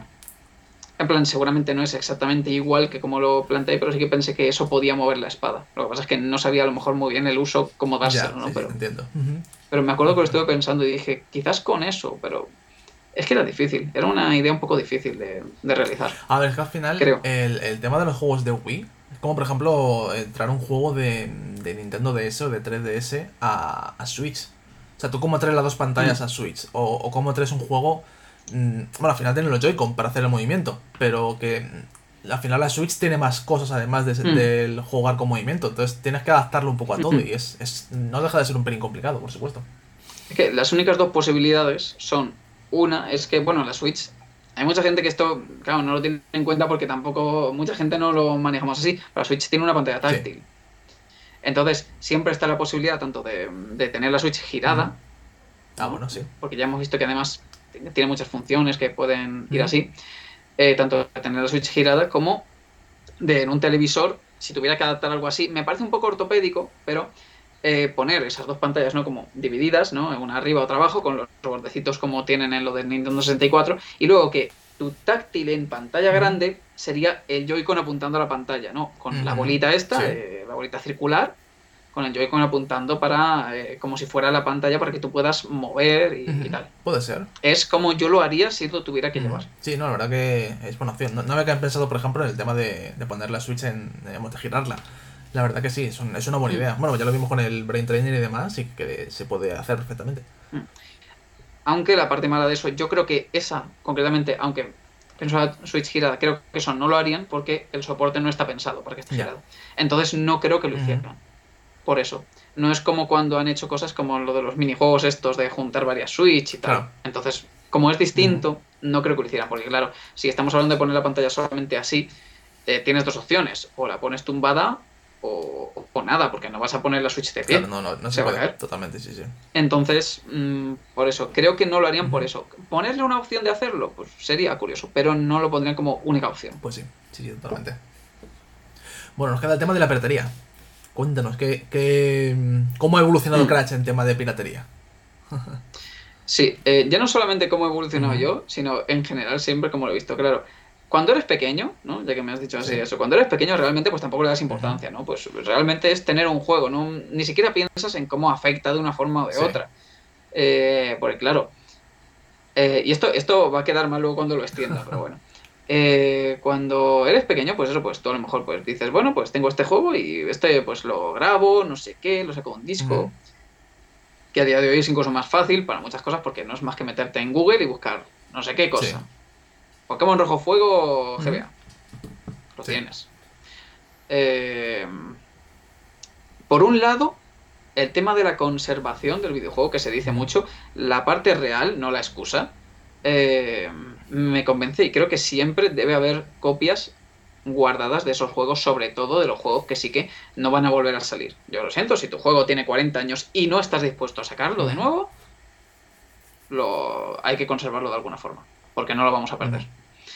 En plan, seguramente no es exactamente igual que como lo planteé, pero sí que pensé que eso podía mover la espada. Lo que pasa es que no sabía a lo mejor muy bien el uso, cómo dárselo, ¿no? Sí, pero entiendo. Pero me acuerdo que lo estuve pensando y dije, quizás con eso, pero es que era difícil. Era una idea un poco difícil de realizar. A ver, es que al final el tema de los juegos de Wii, es como por ejemplo entrar un juego de Nintendo DS o de 3DS a Switch. O sea, tú cómo traes las dos pantallas a Switch, o cómo traes un juego... Bueno, al final tienen los Joy-Con para hacer el movimiento, pero que al final la Switch tiene más cosas además del jugar con movimiento, entonces tienes que adaptarlo un poco a todo y no deja de ser un pelín complicado, por supuesto. Es que las únicas dos posibilidades son, una, es que, bueno, la Switch, hay mucha gente que esto, claro, no lo tiene en cuenta porque tampoco, mucha gente no lo manejamos así, pero la Switch tiene una pantalla táctil. Sí. Entonces, siempre está la posibilidad tanto de tener la Switch girada, bueno, sí. Porque ya hemos visto que además tiene muchas funciones que pueden ir así, tanto de tener la Switch girada como en un televisor, si tuviera que adaptar algo así, me parece un poco ortopédico, pero poner esas dos pantallas, ¿no? Como divididas, ¿no? Una arriba, otra abajo, con los bordecitos como tienen en lo del Nintendo 64, y luego que tu táctil en pantalla grande sería el Joy-Con apuntando a la pantalla, ¿no? Con la bolita esta, la bolita circular, con el Joy-Con apuntando para como si fuera la pantalla para que tú puedas mover y tal. Puede ser. Es como yo lo haría si lo tuviera que llevar. Sí, no, la verdad que es buena opción. No había pensado, por ejemplo, en el tema de poner la Switch de girarla. La verdad que sí, es una buena idea. Bueno, ya lo vimos con el Brain Trainer y demás, y que se puede hacer perfectamente. Aunque la parte mala de eso, yo creo que esa, concretamente, aunque pienso la Switch girada, creo que eso no lo harían porque el soporte no está pensado para que esté girado. Entonces no creo que lo hicieran. Por eso. No es como cuando han hecho cosas como lo de los minijuegos estos de juntar varias Switch y tal. Claro. Entonces, como es distinto, no creo que lo hicieran. Porque claro, si estamos hablando de poner la pantalla solamente así, tienes dos opciones. O la pones tumbada o nada, porque no vas a poner la Switch de pie. Claro, no se va a caer. Totalmente, sí. Entonces, por eso, creo que no lo harían por eso. ¿Ponerle una opción de hacerlo? Pues sería curioso, pero no lo pondrían como única opción. Pues sí, totalmente. Bueno, nos queda el tema de la piratería. Cuéntanos, ¿cómo ha evolucionado Crash en tema de piratería? Sí, ya no solamente cómo he evolucionado yo, sino en general siempre como lo he visto. Claro, cuando eres pequeño, ¿no? Ya que me has dicho así eso, cuando eres pequeño realmente pues tampoco le das importancia, ¿no? Pues realmente es tener un juego, ¿no? Ni siquiera piensas en cómo afecta de una forma o de otra. Porque claro, y esto va a quedar mal luego cuando lo extienda, pero bueno. Cuando eres pequeño, pues eso, pues tú a lo mejor pues dices, bueno, pues tengo este juego y pues lo grabo, no sé qué, lo saco en un disco, que a día de hoy es incluso más fácil para muchas cosas porque no es más que meterte en Google y buscar no sé qué cosa. Pokémon Rojo Fuego GBA. Lo tienes. Por un lado, el tema de la conservación del videojuego, que se dice mucho, la parte real, no la excusa, me convence y creo que siempre debe haber copias guardadas de esos juegos, sobre todo de los juegos que sí que no van a volver a salir. Yo lo siento, si tu juego tiene 40 años y no estás dispuesto a sacarlo de nuevo, hay que conservarlo de alguna forma, porque no lo vamos a perder.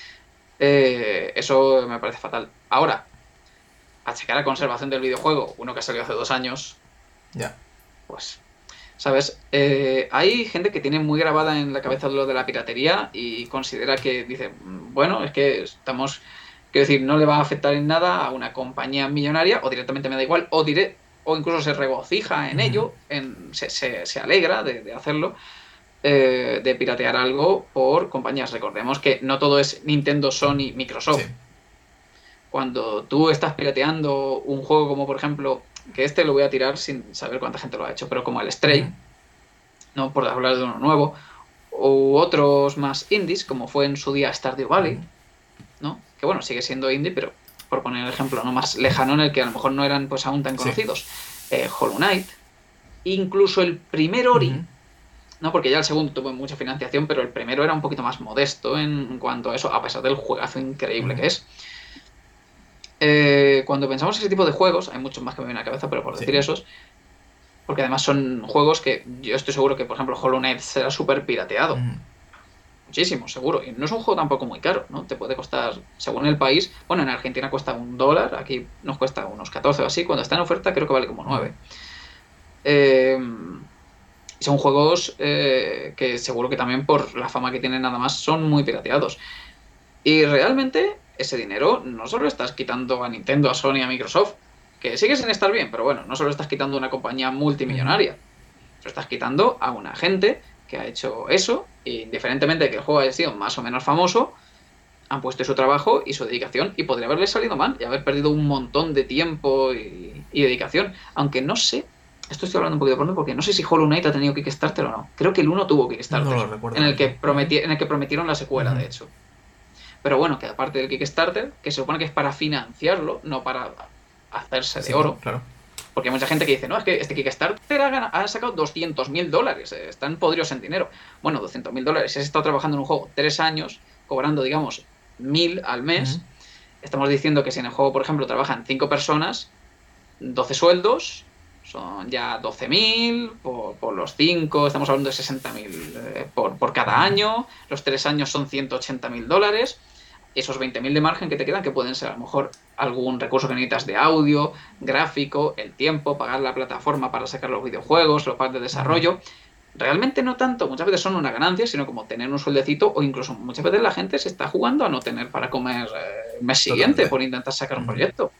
Eso me parece fatal. Ahora, achacar a conservación del videojuego, uno que salió hace 2 años, pues, ¿sabes? Hay gente que tiene muy grabada en la cabeza lo de la piratería y considera que dice, bueno, es que estamos, quiero decir, no le va a afectar en nada a una compañía millonaria, o directamente me da igual, o incluso se regocija en ello, se alegra de hacerlo, de piratear algo por compañías. Recordemos que no todo es Nintendo, Sony, Microsoft. Sí. Cuando tú estás pirateando un juego como, por ejemplo, que este lo voy a tirar sin saber cuánta gente lo ha hecho, pero como el Stray, no por hablar de uno nuevo, u otros más indies, como fue en su día Stardew Valley, ¿no? Que bueno, sigue siendo indie, pero por poner el ejemplo no más lejano, en el que a lo mejor no eran pues aún tan conocidos. Hollow Knight, incluso el primer Ori, no, porque ya el segundo tuvo mucha financiación, pero el primero era un poquito más modesto en cuanto a eso, a pesar del juegazo increíble que es. Cuando pensamos en ese tipo de juegos, hay muchos más que me vienen a la cabeza, pero por decir esos, porque además son juegos que yo estoy seguro que, por ejemplo, Hollow Knight será súper pirateado. Muchísimo, seguro. Y no es un juego tampoco muy caro, ¿no? Te puede costar, según el país, bueno, en Argentina cuesta $1, aquí nos cuesta unos 14 o así, cuando está en oferta creo que vale como 9. Son juegos que seguro que también por la fama que tienen nada más son muy pirateados. Y realmente ese dinero no solo estás quitando a Nintendo, a Sony, a Microsoft, que sigue sin estar bien, pero bueno, no solo estás quitando a una compañía multimillonaria, lo estás quitando a una gente que ha hecho eso, e indiferentemente de que el juego haya sido más o menos famoso, han puesto su trabajo y su dedicación, y podría haberle salido mal y haber perdido un montón de tiempo y dedicación. Aunque no sé, esto estoy hablando un poquito de pronto porque no sé si Hollow Knight ha tenido Kickstarter o no. Creo que el 1 tuvo Kickstarter, No lo recuerdo, en el que prometieron la secuela, de hecho. Pero bueno, que aparte del Kickstarter, que se supone que es para financiarlo, no para hacerse de oro. Claro. Porque hay mucha gente que dice, no, es que este Kickstarter ha sacado $200.000, están podridos en dinero. Bueno, $200.000, si has estado trabajando en un juego 3 años, cobrando, digamos, 1.000 al mes, estamos diciendo que si en el juego, por ejemplo, trabajan 5 personas, 12 sueldos, son ya 12.000 por los 5, estamos hablando de 60.000 por cada año, los 3 años son $180.000, esos 20.000 de margen que te quedan, que pueden ser a lo mejor algún recurso que necesitas de audio, gráfico, el tiempo, pagar la plataforma para sacar los videojuegos, los packs de desarrollo. Realmente no tanto, muchas veces son una ganancia, sino como tener un sueldecito, o incluso muchas veces la gente se está jugando a no tener para comer el mes siguiente por intentar sacar un proyecto.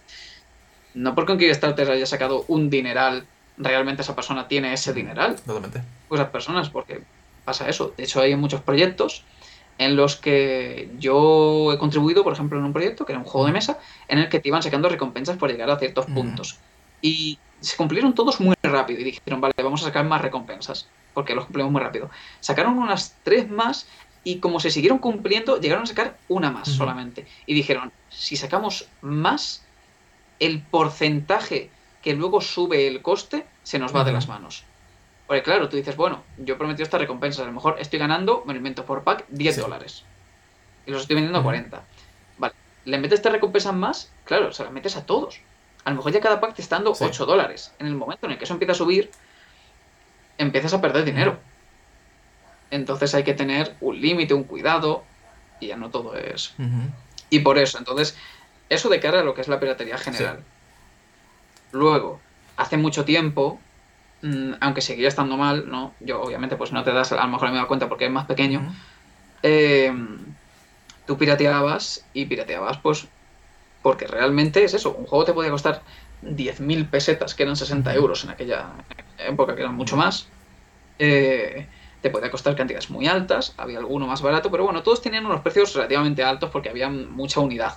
No porque un Kickstarter haya sacado un dineral, realmente esa persona tiene ese dineral. Totalmente. Pues las personas, porque pasa eso. De hecho, hay muchos proyectos en los que yo he contribuido, por ejemplo, en un proyecto que era un juego de mesa, en el que te iban sacando recompensas por llegar a ciertos puntos. Y se cumplieron todos muy rápido y dijeron, vale, vamos a sacar más recompensas, porque los cumplimos muy rápido. Sacaron unas 3 más y como se siguieron cumpliendo, llegaron a sacar una más solamente. Y dijeron, si sacamos más, el porcentaje que luego sube el coste se nos va de las manos. Porque claro, tú dices, bueno, yo he prometido esta recompensa, a lo mejor estoy ganando, me lo invento por pack, $10. Y los estoy vendiendo a 40. Vale, le metes 3 recompensas más, claro, se las metes a todos. A lo mejor ya cada pack te está dando $8. En el momento en el que eso empieza a subir, empiezas a perder dinero. Entonces hay que tener un límite, un cuidado, y ya no todo es... Y por eso, entonces, eso de cara a lo que es la piratería general. Luego, hace mucho tiempo, aunque seguía estando mal, ¿no? Yo obviamente pues no te das, a lo mejor me he dado cuenta porque es más pequeño, tú pirateabas pues porque realmente es eso, un juego te podía costar 10.000 pesetas, que eran 60 euros en aquella época, que eran mucho más, te podía costar cantidades muy altas, había alguno más barato, pero bueno, todos tenían unos precios relativamente altos porque había mucha unidad.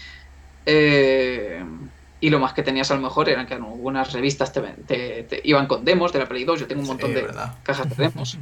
Y lo más que tenías a lo mejor eran que algunas revistas te iban con demos de la Play 2. Yo tengo un montón de cajas de demos.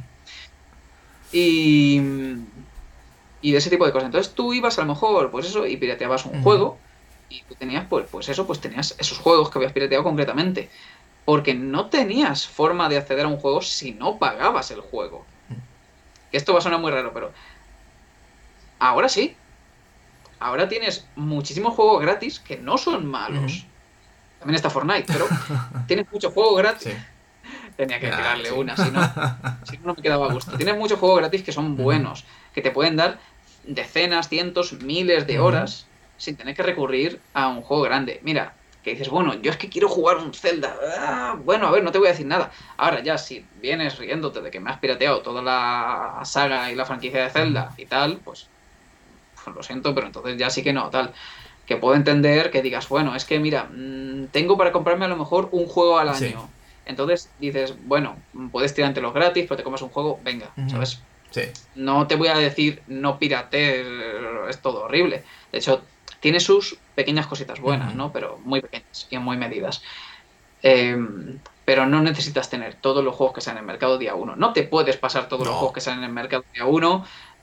Y de ese tipo de cosas. Entonces tú ibas a lo mejor, pues eso, y pirateabas un juego. Y tú tenías, pues tenías esos juegos que habías pirateado concretamente. Porque no tenías forma de acceder a un juego si no pagabas el juego. Que esto va a sonar muy raro, pero ahora sí. ahora tienes muchísimos juegos gratis que no son malos. También está Fortnite, pero tienes muchos juegos gratis. Sí. Tenía que crearle sí. una, si no me quedaba a gusto. Tienes muchos juegos gratis que son buenos, que te pueden dar decenas, cientos, miles de horas sin tener que recurrir a un juego grande. Mira, que dices, bueno, yo es que quiero jugar un Zelda. Bueno, a ver, no te voy a decir nada. Ahora ya, si vienes riéndote de que me has pirateado toda la saga y la franquicia de Zelda y tal, pues lo siento, pero entonces ya sí que no, tal. Que puedo entender que digas, bueno, es que mira, tengo para comprarme a lo mejor un juego al año. Sí. Entonces dices, bueno, puedes tirarte los gratis, pero te comes un juego, venga, ¿sabes? Sí. No te voy a decir no piratees, es todo horrible. De hecho, tiene sus pequeñas cositas buenas, ¿no? Pero muy pequeñas y muy medidas. Pero no necesitas tener todos los juegos que salen en el mercado día 1. No te puedes pasar todos los juegos que salen en el mercado día 1.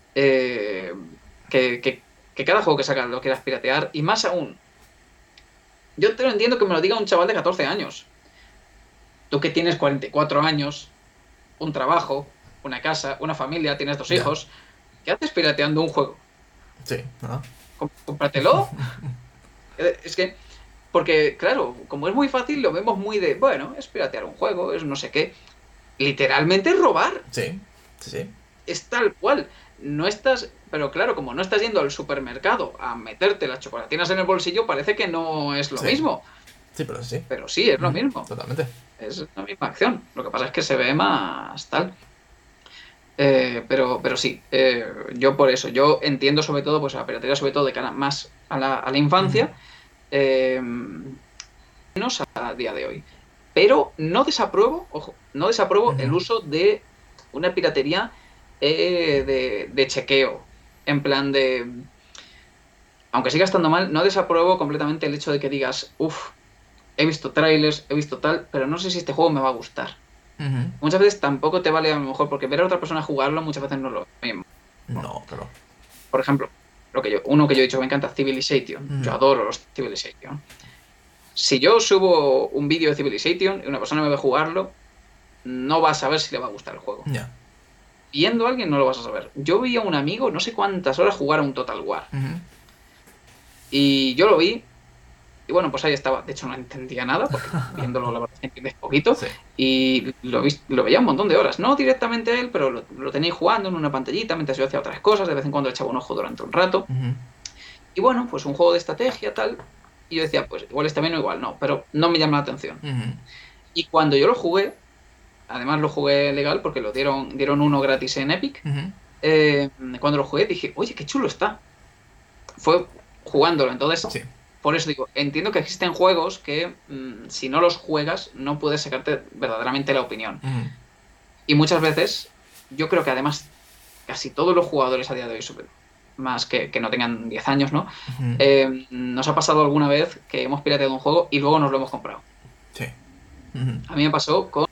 Que cada juego que sacas lo quieras piratear. Y más aún, yo te lo entiendo que me lo diga un chaval de 14 años. Tú que tienes 44 años, un trabajo, una casa, una familia, tienes 2 hijos, ¿qué haces pirateando un juego? Sí, ¿no? Cómpratelo. Es que, porque claro, como es muy fácil, lo vemos muy de, bueno, es piratear un juego, es no sé qué. Literalmente es robar. Sí, sí. Es tal cual. No estás, pero claro, como no estás yendo al supermercado a meterte las chocolatinas en el bolsillo, parece que no es lo mismo. Sí, pero sí. Pero sí, es lo mismo. Totalmente. Es la misma acción. Lo que pasa es que se ve más tal. Pero sí, yo por eso, yo entiendo sobre todo, pues la piratería sobre todo de cara más a la infancia, menos a día de hoy. Pero no desapruebo, ojo, no desapruebo el uso de una piratería de chequeo. En plan de, aunque siga estando mal, no desapruebo completamente el hecho de que digas, he visto trailers, he visto tal, pero no sé si este juego me va a gustar. Muchas veces tampoco te vale a lo mejor, porque ver a otra persona jugarlo muchas veces no es lo mismo. No, pero... Por ejemplo, uno que yo he dicho que me encanta, Civilization. Yo adoro los Civilization. Si yo subo un vídeo de Civilization y una persona me ve jugarlo, no va a saber si le va a gustar el juego. Viendo a alguien no lo vas a saber. Yo vi a un amigo no sé cuántas horas jugar a un Total War. Y yo lo vi. Y bueno, pues ahí estaba. De hecho, no entendía nada, porque viéndolo la verdad entiendes poquito. Sí. Y lo veía un montón de horas. No directamente a él, pero lo tenía jugando en una pantallita mientras yo hacía otras cosas. De vez en cuando le echaba un ojo durante un rato. Y bueno, pues un juego de estrategia, tal. Y yo decía, pues igual está bien o igual no. Pero no me llama la atención. Y cuando yo lo jugué, además lo jugué legal porque lo dieron uno gratis en Epic. Cuando lo jugué dije, oye, qué chulo está. Fue jugándolo, entonces... Sí. Por eso digo, entiendo que existen juegos que si no los juegas no puedes sacarte verdaderamente la opinión. Y muchas veces, yo creo que además casi todos los jugadores a día de hoy, más que no tengan 10 años, ¿no? Nos ha pasado alguna vez que hemos pirateado un juego y luego nos lo hemos comprado. Sí. A mí me pasó con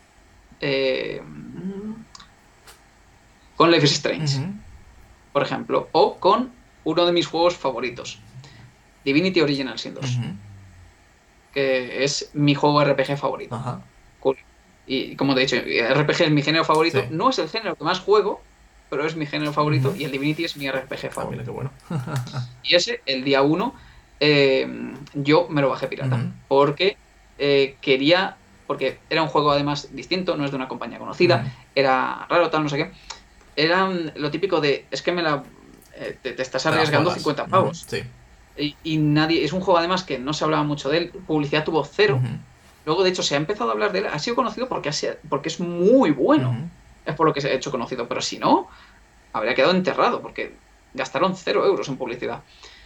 Life is Strange, por ejemplo, o con uno de mis juegos favoritos, Divinity Original Sin 2, que es mi juego RPG favorito. Cool. Y como te he dicho, RPG es mi género favorito. Sí. No es el género que más juego, pero es mi género favorito. Y el Divinity es mi RPG favorito. Mira qué bueno. Y ese, el día 1, yo me lo bajé pirata. Porque quería... Porque era un juego además distinto, no es de una compañía conocida. Era raro, tal, no sé qué. Era lo típico de... Es que te estás arriesgando 50 pavos. Sí. Y nadie, es un juego además que no se hablaba mucho de él, publicidad tuvo 0. Luego de hecho se ha empezado a hablar de él, ha sido conocido porque es muy bueno, es por lo que se ha hecho conocido, pero si no habría quedado enterrado porque gastaron 0 euros en publicidad.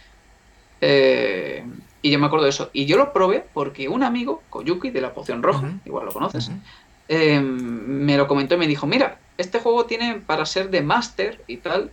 Y yo me acuerdo de eso, y yo lo probé porque un amigo, Koyuki de la Poción Roja, igual lo conoces, me lo comentó y me dijo, mira, este juego tiene para ser de Master y tal,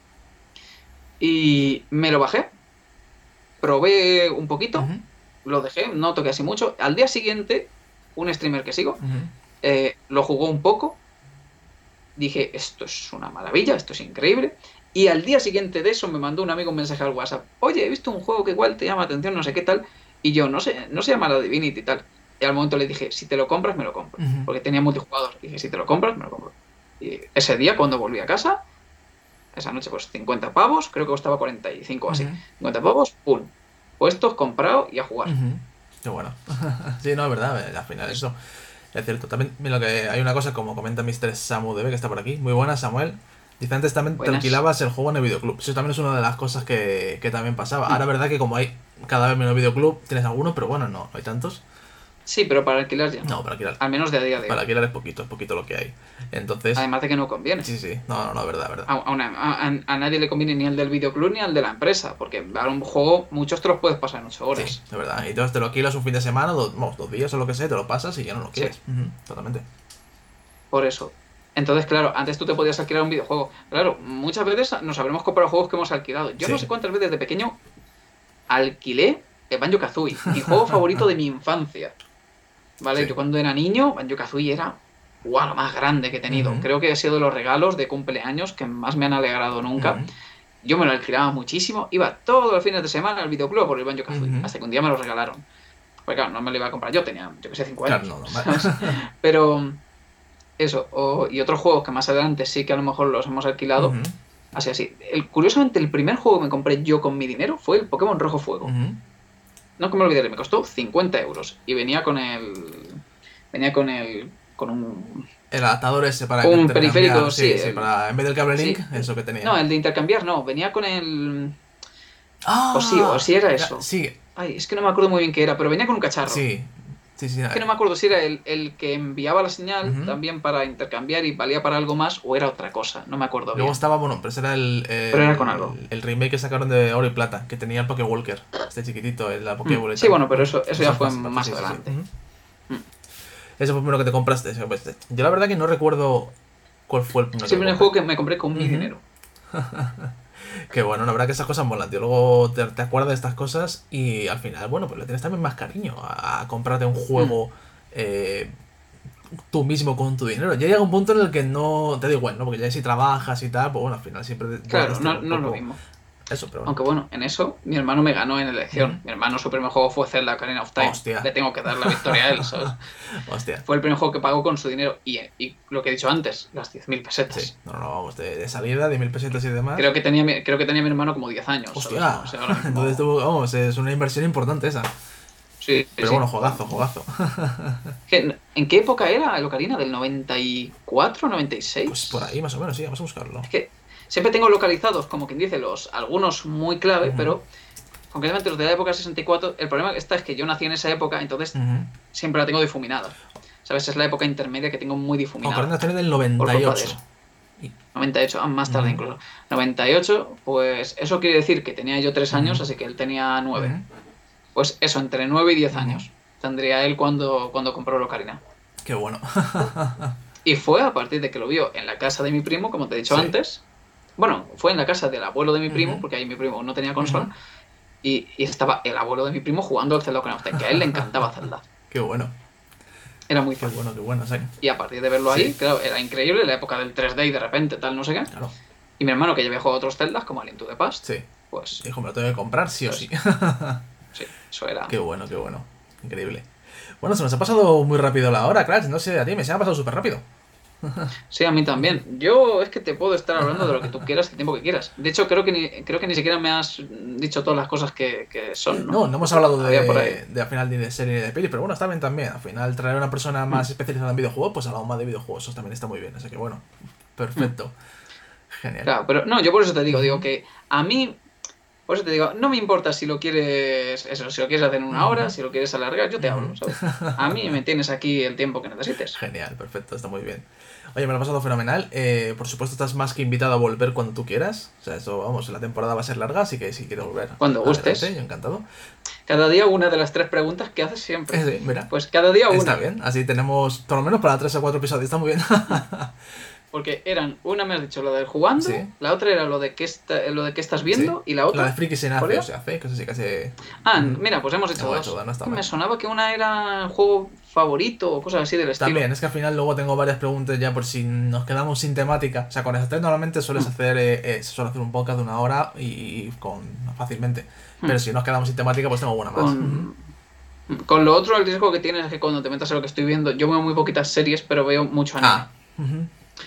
y me lo bajé. Probé un poquito, lo dejé, no toqué así mucho. Al día siguiente, un streamer que sigo lo jugó un poco. Dije, esto es una maravilla, esto es increíble. Y al día siguiente de eso me mandó un amigo un mensaje al WhatsApp. Oye, he visto un juego que igual te llama la atención, no sé qué tal. Y yo, no se llama la Divinity y tal. Y al momento le dije, si te lo compras, me lo compro. Porque tenía multijugador. Dije, si te lo compras, me lo compro. Y ese día, cuando volví a casa, esa noche, pues 50 pavos, creo que costaba 45 o así. Ujú. 50 pavos, pum. Puestos, comprado y a jugar. Qué bueno. Sí, no, es verdad, al final eso es cierto. También, mira, que hay una cosa, como comenta Mr. Samu DB, que está por aquí. Muy buena, Samuel. Dice, antes también te Buenas. alquilabas el juego en el videoclub. Eso también es una de las cosas que también pasaba. Ahora, verdad que como hay cada vez menos videoclub, tienes algunos, pero bueno, no hay tantos. Sí, pero para alquilar ya. No, para alquilar. Al menos de a día de Para hoy. alquilar es poquito lo que hay. Entonces, Además de que no conviene. sí. No, verdad. A nadie le conviene ni el del videoclub ni el de la empresa, porque a un juego muchos te los puedes pasar en 8 horas. Sí, de verdad. Y entonces te lo alquilas un fin de semana, 2 días o lo que sea, te lo pasas y ya no lo quieres. Sí. Totalmente. Por eso. Entonces, claro, antes tú te podías alquilar un videojuego. Claro, muchas veces nos habremos comprado juegos que hemos alquilado. Yo no sé cuántas veces de pequeño alquilé el Banjo-Kazooie, mi juego favorito de mi infancia. ¿Vale? Sí. Yo cuando era niño, Banjo-Kazooie era lo más grande que he tenido. Creo que ha sido de los regalos de cumpleaños que más me han alegrado nunca. Yo me lo alquilaba muchísimo. Iba todos los fines de semana al videoclub por el Banjo-Kazooie. Hasta que un día me lo regalaron. Porque claro, no me lo iba a comprar yo, tenía, yo que sé, 5 años. Claro, no, ¿sabes? Pero eso, y otros juegos que más adelante sí que a lo mejor los hemos alquilado. Así. Curiosamente, el primer juego que me compré yo con mi dinero fue el Pokémon Rojo Fuego. No que me olvidaré, me costó 50 euros. Y venía con un... El adaptador ese para un intercambiar, periférico, sí. Para, en vez del cable link, sí. eso que tenía. No, el de intercambiar no, venía con el... ¡Ah! O sí era eso. Sí. Ay, es que no me acuerdo muy bien qué era, pero venía con un cacharro. Sí. Es que no me acuerdo si era el que enviaba la señal también para intercambiar y valía para algo más o era otra cosa, no me acuerdo bien. Luego estaba, bueno, pero ese era pero era con algo. el remake que sacaron de Oro y Plata, que tenía el Pokewalker, este chiquitito, la Pokéball. Sí, bueno, pero eso ya fue más adelante. Ese fue el primero que te compraste. Yo la verdad que no recuerdo cuál fue el primero. Es el primer juego que me compré con mi dinero. Que bueno, la verdad que esas cosas molan, tío. Luego te acuerdas de estas cosas y al final, bueno, pues le tienes también más cariño a comprarte un juego tú mismo con tu dinero. Ya llega un punto en el que no te da igual, ¿no? Porque ya si trabajas y tal, pues bueno, al final siempre... Claro, no es lo mismo. Eso, pero bueno. Aunque bueno, en eso mi hermano me ganó en elección. Mi hermano su primer juego fue Zelda Ocarina of Time. Hostia. Le tengo que dar la victoria a él, ¿sabes? Hostia. Fue el primer juego que pagó con su dinero y lo que he dicho antes, las 10.000 pesetas. Sí, no, vamos, de salida, 10.000 pesetas y demás. Creo que tenía mi hermano como 10 años. Hostia, o sea, ahora mismo... entonces vamos, es una inversión importante esa. Sí, pero sí. Bueno, juegazo. ¿En qué época era el Ocarina? ¿Del 94, 96? Pues por ahí más o menos, sí, vamos a buscarlo. Es que siempre tengo localizados, como quien dice, algunos muy clave, pero concretamente los de la época 64, el problema es que yo nací en esa época, entonces siempre la tengo difuminada. ¿Sabes? Es la época intermedia que tengo muy difuminada. Ocarina tiene del 98. 98, más tarde incluso. 98, pues eso quiere decir que tenía yo 3 años, así que él tenía 9. Pues eso, entre 9 y 10 años tendría él cuando compró el Ocarina. Qué bueno. Y fue a partir de que lo vio en la casa de mi primo, como te he dicho antes. Bueno, fue en la casa del abuelo de mi primo, porque ahí mi primo no tenía consola. Y estaba el abuelo de mi primo jugando al Zelda Ocarina of Time, que a él le encantaba Zelda. Qué bueno. Era muy fan. Qué bueno, sí. Y a partir de verlo ahí, claro, era increíble, la época del 3D y de repente tal, no sé qué. Claro. Y mi hermano, que ya había jugado otros Zeldas, como A Link to the Past, pues... Dijo, me lo tengo que comprar sí o sí. Sí, eso era... Qué bueno. Increíble. Bueno, se nos ha pasado muy rápido la hora, Crash. No sé, a ti se me ha pasado súper rápido. Sí, a mí también. Yo es que te puedo estar hablando de lo que tú quieras, el tiempo que quieras. De hecho, creo que ni siquiera me has dicho todas las cosas que son, ¿no? No hemos hablado de al final ni de serie ni de peli, pero bueno, está bien también. Al final traer a una persona más especializada en videojuegos, pues hablamos más de videojuegos. Eso también está muy bien. Así que bueno, perfecto. Genial. Claro, pero no, yo por eso te digo que a mí... Por eso te digo, no me importa si lo quieres si lo quieres hacer en 1 hora, si lo quieres alargar, yo te hablo, ¿sabes? A mí me tienes aquí el tiempo que necesites. Genial, perfecto, está muy bien. Oye, me lo he pasado fenomenal. Por supuesto, estás más que invitado a volver cuando tú quieras. O sea, eso, vamos, la temporada va a ser larga, así que si quieres volver. Cuando gustes. Yo encantado. Cada día una de las 3 preguntas que haces siempre. Sí, mira. Pues cada día una. Está bien, así tenemos, por lo menos para 3 o 4 episodios, está muy bien. Porque una me has dicho, la del jugando, la otra era lo de qué estás viendo, y la otra... La de Friki se nace, o se hace, que eso sí que mira, pues hemos hecho dos. Me sonaba que una era un juego favorito o cosas así del estilo. También, es que al final luego tengo varias preguntas ya por si nos quedamos sin temática. O sea, con esas 3 normalmente suele hacer un podcast de 1 hora y fácilmente. Pero si nos quedamos sin temática, pues tengo una más. Con lo otro, el riesgo que tienes es que cuando te metas en lo que estoy viendo, yo veo muy poquitas series, pero veo mucho anime.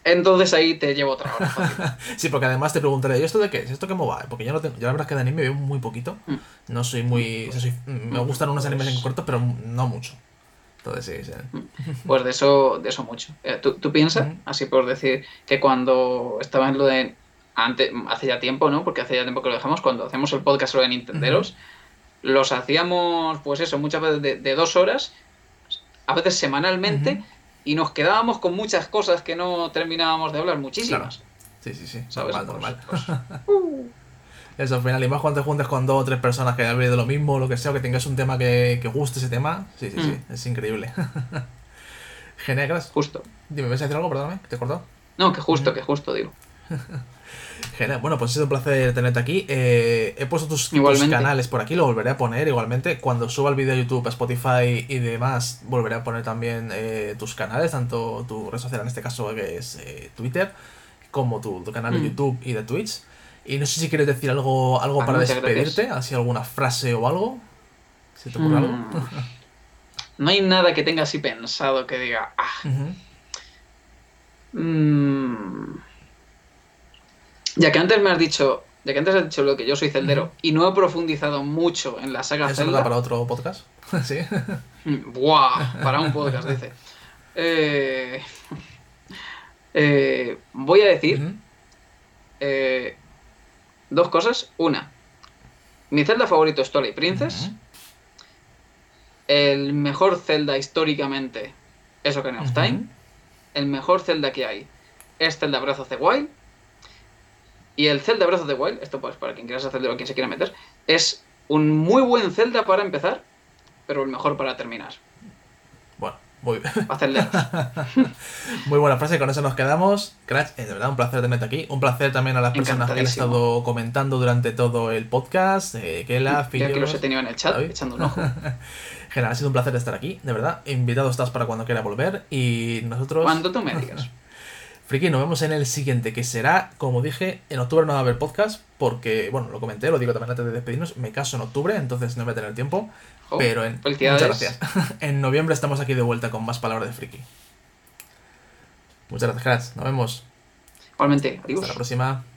Entonces ahí te llevo otra hora. Fácil. Sí, porque además te preguntaré, ¿y esto de qué es? ¿Esto cómo va? Porque yo no tengo, yo la verdad es que de anime veo muy poquito. No soy muy... o sea, me gustan unos animes en corto, pero no mucho. Entonces sí, sí. Pues de eso mucho. ¿Tú piensas, Ujú, así por decir, que cuando estaba en lo de... Antes, hace ya tiempo, ¿no? Porque hace ya tiempo que lo dejamos, cuando hacemos el podcast sobre ujú. Nintenderos, los hacíamos, pues eso, muchas veces de 2 horas, a veces Ujú. semanalmente, y nos quedábamos con muchas cosas que no terminábamos de hablar, Claro. muchísimas, Sí, sí, sí. ¿sabes? Normal, normal. Uh. Eso, al final, y más cuando te juntes con 2 o 3 personas que hayan vivido lo mismo, o lo que sea, o que tengas un tema que guste ese tema. Sí, sí, sí. Mm, Es increíble. Genial, Crash. justo. Dime, ¿ves a decir algo? Perdóname, que te he cortado. No, Ujú. que justo, digo. Genial. Bueno, pues ha sido un placer tenerte aquí. He puesto tus Igualmente. canales por aquí, lo volveré a poner igualmente. Cuando suba el vídeo a YouTube, a Spotify y demás, volveré a poner también tus canales, tanto tu red social en este caso que es Twitter, como tu canal de Mm, YouTube y de Twitch. Y no sé si quieres decir algo vale, para muchas despedirte, gracias. así alguna frase o algo. ¿Se te ocurre algo? Mm, no hay nada que tenga así pensado que diga, ah. Ujú. mm, Ya que antes me has dicho, ya que antes has dicho lo que yo soy Ujú. celdero y no he profundizado mucho en la saga Eso nos da para Zelda, otro podcast. Sí. ¡buah! Para un podcast, dice. Eh, voy a decir Ujú. eh, dos cosas. Una, mi Zelda favorito es Twilight Ujú. Princess. El mejor Zelda históricamente es Ocarina of Ujú. Time. El mejor Zelda que hay es Zelda Breath of the Wild. Y el Zelda Breath of the Wild, esto pues para quien quiera ser Zelda o quien se quiera meter, es un muy buen Zelda para empezar, pero el mejor para terminar. Bueno, muy bien. Para celderos. Muy buena frase, con eso nos quedamos. Crash, de verdad, un placer tenerte aquí. Un placer también a las personas que han Encantadísimo. estado comentando durante todo el podcast. Kela, Ya que los he Filios, tenido en el chat, David. echando un ojo. Genial, ha sido un placer estar aquí, de verdad. Invitado estás para cuando quiera volver. Y nosotros, Cuando tú me digas. Friki, nos vemos en el siguiente, que será, como dije, en octubre no va a haber podcast, porque, bueno, lo comenté, lo digo también antes de despedirnos, me caso en octubre, entonces no voy a tener tiempo. Jo, Pero muchas gracias. felicidades. En noviembre estamos aquí de vuelta con más palabras de Friki. Muchas gracias, Crash. Nos vemos. Igualmente, Hasta la adiós. próxima.